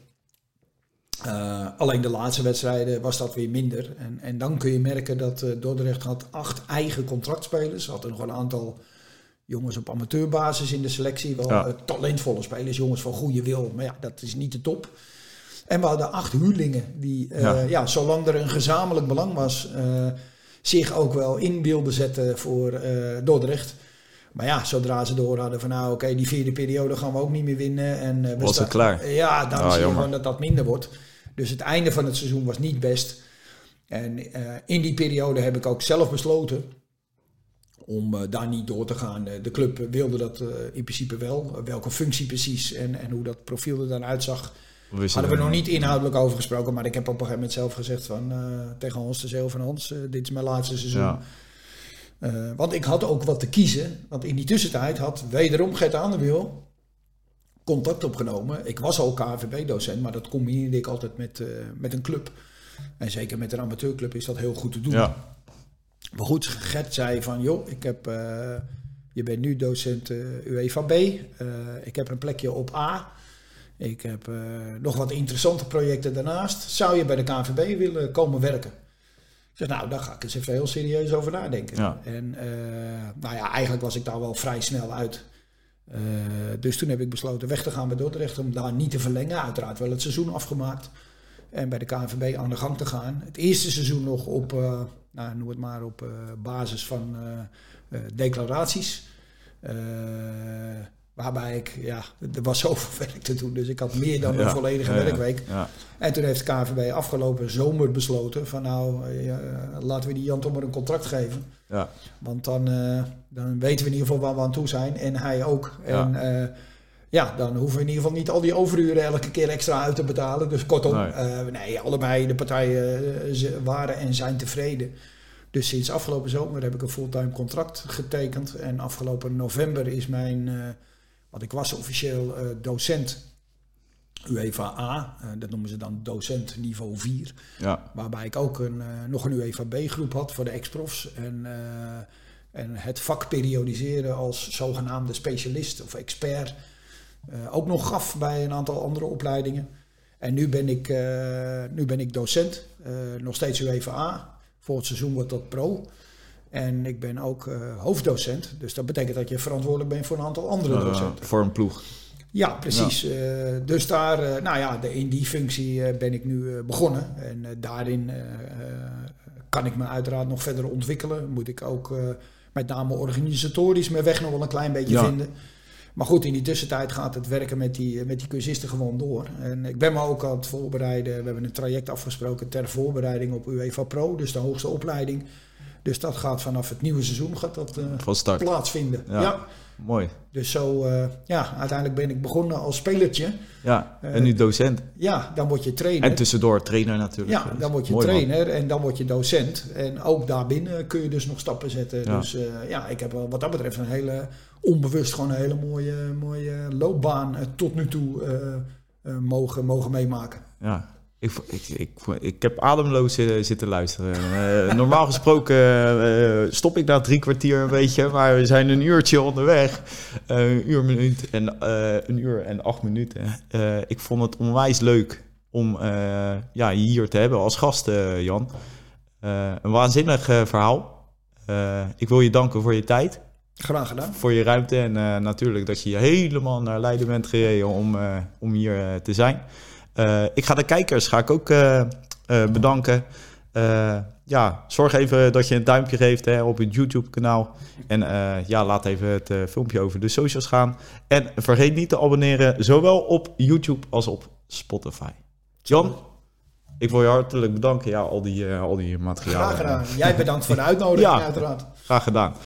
Uh, alleen de laatste wedstrijden was dat weer minder. En, en dan kun je merken dat uh, Dordrecht had acht eigen contractspelers. Had er nog een aantal jongens op amateurbasis in de selectie. Wel ja. uh, talentvolle spelers, jongens van goede wil. Maar ja, dat is niet de top. En we hadden acht huurlingen die, uh, ja. ja, zolang er een gezamenlijk belang was, Uh, zich ook wel in wilden zetten voor uh, Dordrecht. Maar ja, zodra ze door hadden van nou oké, okay, die vierde periode gaan we ook niet meer winnen. En, uh, we
was het klaar?
Ja, dan
oh,
zie je
jammer.
gewoon dat dat minder wordt. Dus het einde van het seizoen was niet best. En uh, in die periode heb ik ook zelf besloten om uh, daar niet door te gaan. Uh, de club wilde dat uh, in principe wel. Uh, welke functie precies en, en hoe dat profiel er dan uitzag, we hadden we nog niet inhoudelijk over gesproken. Maar ik heb op een gegeven moment zelf gezegd van, uh, tegen Hans de Zeeuw van Hans, uh, dit is mijn laatste seizoen. Ja. Uh, want ik had ook wat te kiezen. Want in die tussentijd had wederom Gert Aandewiel contact opgenomen. Ik was al K N V B-docent, maar dat combineerde ik altijd met, uh, met een club. En zeker met een amateurclub is dat heel goed te doen. Ja. Maar goed, Gert zei van, joh, ik heb, uh, je bent nu docent uh, UEFA B. Uh, ik heb een plekje op A. Ik heb uh, nog wat interessante projecten daarnaast. Zou je bij de K N V B willen komen werken? Ik zeg, nou, daar ga ik eens even heel serieus over nadenken. Ja. En uh, nou ja, eigenlijk was ik daar wel vrij snel uit. Uh, dus toen heb ik besloten weg te gaan bij Dordrecht om daar niet te verlengen. Uiteraard wel het seizoen afgemaakt. En bij de K N V B aan de gang te gaan. Het eerste seizoen nog op, uh, nou, noem het maar, op uh, basis van uh, uh, declaraties. Uh, Waarbij ik, ja, er was zoveel werk te doen, dus ik had meer dan een ja, volledige ja, werkweek. Ja. En toen heeft de K N V B afgelopen zomer besloten van nou, uh, laten we die Jan Tommer een contract geven. Ja. Want dan, uh, dan weten we in ieder geval waar we aan toe zijn en hij ook. En ja. Uh, ja, dan hoeven we in ieder geval niet al die overuren elke keer extra uit te betalen. Dus kortom, nee, uh, nee allebei de partijen uh, waren en zijn tevreden. Dus sinds afgelopen zomer heb ik een fulltime contract getekend. En afgelopen november is mijn, uh, want ik was officieel uh, docent UEFA A. Uh, dat noemen ze dan docent niveau vier. Ja. Waarbij ik ook een, uh, nog een UEFA B groep had voor de ex-profs. En, uh, en het vak periodiseren als zogenaamde specialist of expert uh, ook nog gaf bij een aantal andere opleidingen. En nu ben ik, uh, nu ben ik docent, uh, nog steeds UEFA A. Volgend seizoen wordt dat pro. En ik ben ook uh, hoofddocent. Dus dat betekent dat je verantwoordelijk bent voor een aantal andere docenten.
Uh, voor een ploeg.
Ja, precies. Ja. Uh, dus daar, uh, nou ja, de, in die functie uh, ben ik nu uh, begonnen. En uh, daarin uh, uh, kan ik me uiteraard nog verder ontwikkelen. Moet ik ook uh, met name organisatorisch mijn weg nog wel een klein beetje ja. vinden. Maar goed, in die tussentijd gaat het werken met die, met die cursisten gewoon door. En ik ben me ook aan het voorbereiden. We hebben een traject afgesproken ter voorbereiding op UEFA Pro. Dus de hoogste opleiding. Dus dat gaat vanaf het nieuwe seizoen gaat dat, uh, Van start. plaatsvinden. Ja, ja.
Mooi.
Dus zo, uh, ja, uiteindelijk ben ik begonnen als spelertje.
Ja, en uh, nu docent.
Ja, dan word je trainer.
En tussendoor trainer natuurlijk.
Ja, dan word je Mooi, trainer man. En dan word je docent. En ook daarbinnen kun je dus nog stappen zetten. Ja. Dus uh, ja, ik heb wel wat dat betreft een hele, onbewust gewoon een hele mooie, mooie loopbaan uh, tot nu toe uh, uh, mogen, mogen meemaken.
Ja. Ik, ik, ik, ik heb ademloos zitten luisteren. Uh, normaal gesproken uh, stop ik na drie kwartier een beetje, maar we zijn een uurtje onderweg. Uh, een uur, minuut en, uh, een uur en acht minuten. Uh, ik vond het onwijs leuk om uh, ja, je hier te hebben als gast, uh, Jan. Uh, een waanzinnig uh, verhaal. Uh, ik wil je danken voor je tijd.
Graag gedaan.
Voor je ruimte en uh, natuurlijk dat je helemaal naar Leiden bent gereden om, uh, om hier uh, te zijn. Uh, ik ga de kijkers ga ik ook uh, uh, bedanken. Uh, ja, zorg even dat je een duimpje geeft hè, op het YouTube-kanaal. En uh, ja, laat even het uh, filmpje over de socials gaan. En vergeet niet te abonneren, zowel op YouTube als op Spotify. Jan, ik wil je hartelijk bedanken. Ja, al die, uh, al die materialen.
Graag gedaan. Jij bedankt voor de uitnodiging, ja, uiteraard.
Graag gedaan.